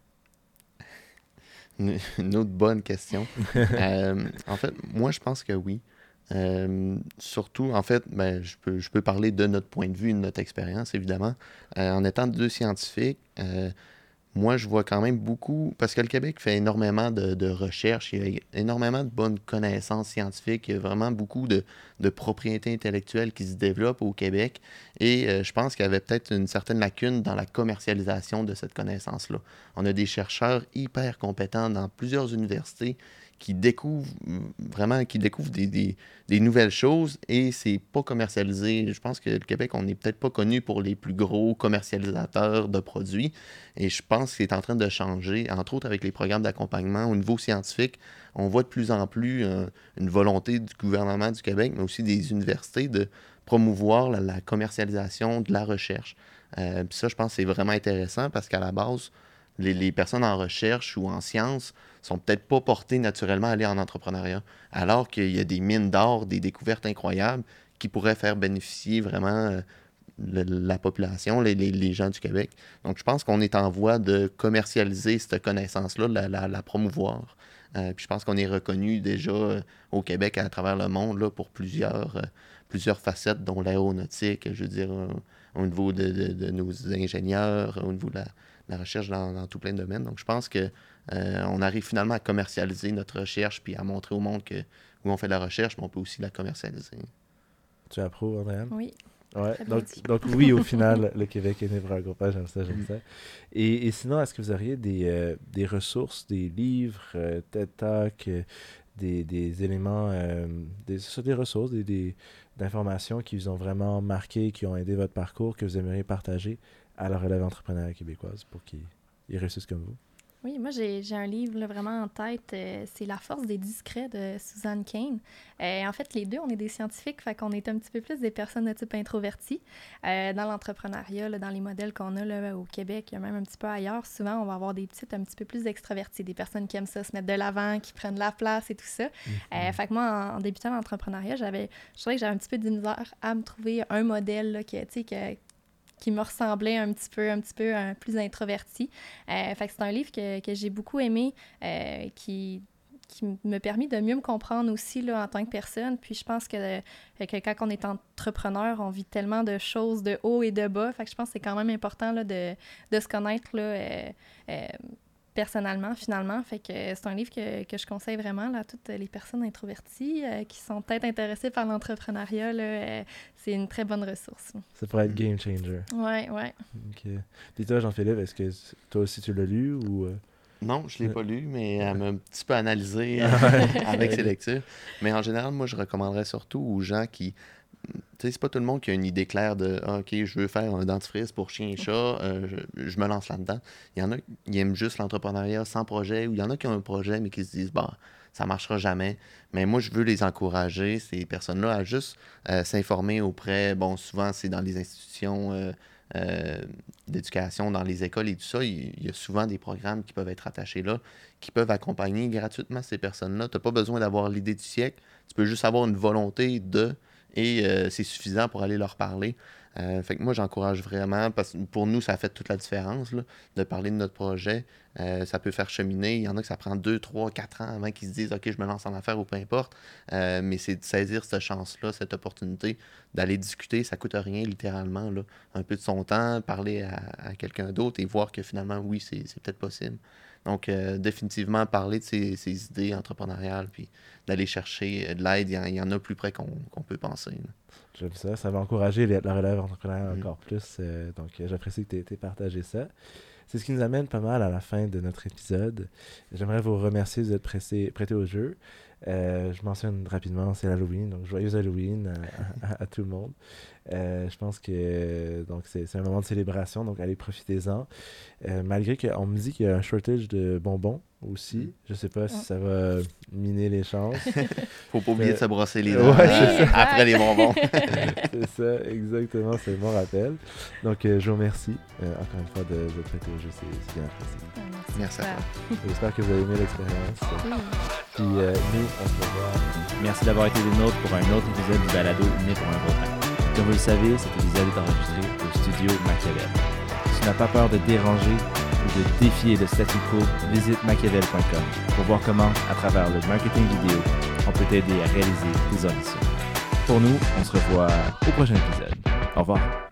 Une, une autre bonne question. Euh, en fait, moi, je pense que oui. Euh, surtout, en fait, ben, je peux, je peux parler de notre point de vue, de notre expérience, évidemment. Euh, en étant deux scientifiques, euh, moi, je vois quand même beaucoup, parce que le Québec fait énormément de, de recherches, il y a énormément de bonnes connaissances scientifiques, il y a vraiment beaucoup de, de propriétés intellectuelles qui se développent au Québec, et euh, je pense qu'il y avait peut-être une certaine lacune dans la commercialisation de cette connaissance-là. On a des chercheurs hyper compétents dans plusieurs universités qui découvrent vraiment, qui découvrent des, des, des nouvelles choses, et c'est pas commercialisé. Je pense que le Québec, on n'est peut-être pas connu pour les plus gros commercialisateurs de produits. Et je pense que c'est en train de changer, entre autres avec les programmes d'accompagnement au niveau scientifique. On voit de plus en plus euh, une volonté du gouvernement du Québec, mais aussi des universités, de promouvoir la, la commercialisation de la recherche. Euh, puis ça, je pense que c'est vraiment intéressant parce qu'à la base, les, les personnes en recherche ou en sciences sont peut-être pas portées naturellement à aller en entrepreneuriat, alors qu'il y a des mines d'or, des découvertes incroyables qui pourraient faire bénéficier vraiment euh, le- la population, les, les- les gens du Québec. Donc, je pense qu'on est en voie de commercialiser cette connaissance-là, de la, la- la promouvoir. Euh, puis je pense qu'on est reconnu déjà euh, au Québec à travers le monde là, pour plusieurs, euh, plusieurs facettes, dont l'aéronautique, je veux dire, euh, au niveau de, de- de nos ingénieurs, au niveau de la, la recherche dans, dans tout plein de domaines. Donc, je pense que euh, on arrive finalement à commercialiser notre recherche puis à montrer au monde que oui, on fait de la recherche, mais on peut aussi la commercialiser. Tu approuves, Andréane? Oui. Ouais, Très bien donc, dit. donc oui, au final, le Québec est né pour un gros pas, j'aime ça, j'aime ça. Et, et sinon, est-ce que vous auriez des, euh, des ressources, des livres, euh, TED Talk, euh, des, des éléments, euh, des, sur des ressources, des, des, d'informations qui vous ont vraiment marqué, qui ont aidé votre parcours, que vous aimeriez partager à la relève entrepreneuriale québécoise pour qu'ils ils réussissent comme vous? Oui, moi, j'ai, j'ai un livre là, vraiment en tête. Euh, c'est La force des discrets de Suzanne Cain. Euh, en fait, les deux, on est des scientifiques, fait qu'on est un petit peu plus des personnes de type introverties. Euh, dans l'entrepreneuriat, là, dans les modèles qu'on a là, au Québec, même un petit peu ailleurs, souvent, on va avoir des petites un petit peu plus extraverties, des personnes qui aiment ça, se mettre de l'avant, qui prennent la place et tout ça. Mm-hmm. Euh, fait que moi, en, en débutant l'entrepreneuriat, j'avais, je trouvais que j'avais un petit peu de misère à me trouver un modèle là, qui, tu sais, que qui me ressemblait un petit peu, un petit peu un, plus introverti. Euh, fait que c'est un livre que, que j'ai beaucoup aimé, euh, qui, qui m'a permis de mieux me comprendre aussi là, en tant que personne. Puis je pense que, que quand on est entrepreneur, on vit tellement de choses de haut et de bas. Fait que je pense que c'est quand même important là, de, de se connaître là, euh, euh, personnellement, finalement. Fait que c'est un livre que, que je conseille vraiment là, à toutes les personnes introverties euh, qui sont peut-être intéressées par l'entrepreneuriat. Là, euh, c'est une très bonne ressource. Ça pourrait être game changer. Ouais, ouais. OK. Puis toi, Jean-Philippe, est-ce que toi aussi tu l'as lu ou... Euh... Non, je ne l'ai pas lu, mais elle m'a un petit peu analysé euh, avec ses lectures. Mais en général, moi, je recommanderais surtout aux gens qui... Tu sais, c'est pas tout le monde qui a une idée claire de ah, « OK, je veux faire un dentifrice pour chien et chat, euh, je, je me lance là-dedans. » Il y en a qui aiment juste l'entrepreneuriat sans projet, ou il y en a qui ont un projet, mais qui se disent « Bah, ça marchera jamais. » Mais moi, je veux les encourager, ces personnes-là, à juste euh, s'informer auprès... Bon, souvent, c'est dans les institutions... Euh, Euh, d'éducation dans les écoles et tout ça, il, il y a souvent des programmes qui peuvent être attachés là, qui peuvent accompagner gratuitement ces personnes-là. Tu n'as pas besoin d'avoir l'idée du siècle, tu peux juste avoir une volonté de, et euh, c'est suffisant pour aller leur parler. Euh, fait que moi, j'encourage vraiment, parce que pour nous, ça a fait toute la différence, là, de parler de notre projet. Euh, ça peut faire cheminer. Il y en a que ça prend deux, trois, quatre ans avant qu'ils se disent « OK, je me lance en affaires » ou peu importe. Euh, mais c'est de saisir cette chance-là, cette opportunité, d'aller discuter. Ça coûte rien, littéralement, là. Un peu de son temps, parler à, à quelqu'un d'autre et voir que finalement, oui, c'est, c'est peut-être possible. Donc, euh, définitivement, parler de ces, ces idées entrepreneuriales, puis d'aller chercher de l'aide, il y, en, il y en a plus près qu'on, qu'on peut penser, là. J'aime ça. Ça va encourager les, la relève entrepreneuriale mmh. encore plus. Euh, donc, euh, j'apprécie que tu aies partagé ça. C'est ce qui nous amène pas mal à la fin de notre épisode. J'aimerais vous remercier d'être pressé, prêté au jeu. Euh, je mentionne rapidement, c'est l'Halloween, donc joyeux Halloween à, à, à tout le monde. Euh, je pense que donc c'est, c'est un moment de célébration, donc allez, profitez-en. Euh, malgré qu'on me dit qu'il y a un shortage de bonbons aussi, mm. je sais pas si ça va miner les chances. Faut pas oublier euh, de se brosser les dents ouais, euh, après les bonbons. C'est ça, exactement, c'est le bon rappel. Donc euh, je vous remercie euh, encore une fois de votre prêter au jeu, c'est, c'est bien apprécié. Merci, Merci à toi. J'espère que vous avez aimé l'expérience. Oui. Puis euh, nous, on se revoit. Merci d'avoir été des nôtres pour un autre épisode du balado Né pour un gros pain. Comme vous le savez, cet épisode est enregistré au studio Machiavel. Si tu n'as pas peur de déranger ou de défier le statu quo, visite machiavel point com pour voir comment, à travers le marketing vidéo, on peut t'aider à réaliser tes ambitions. Pour nous, on se revoit au prochain épisode. Au revoir.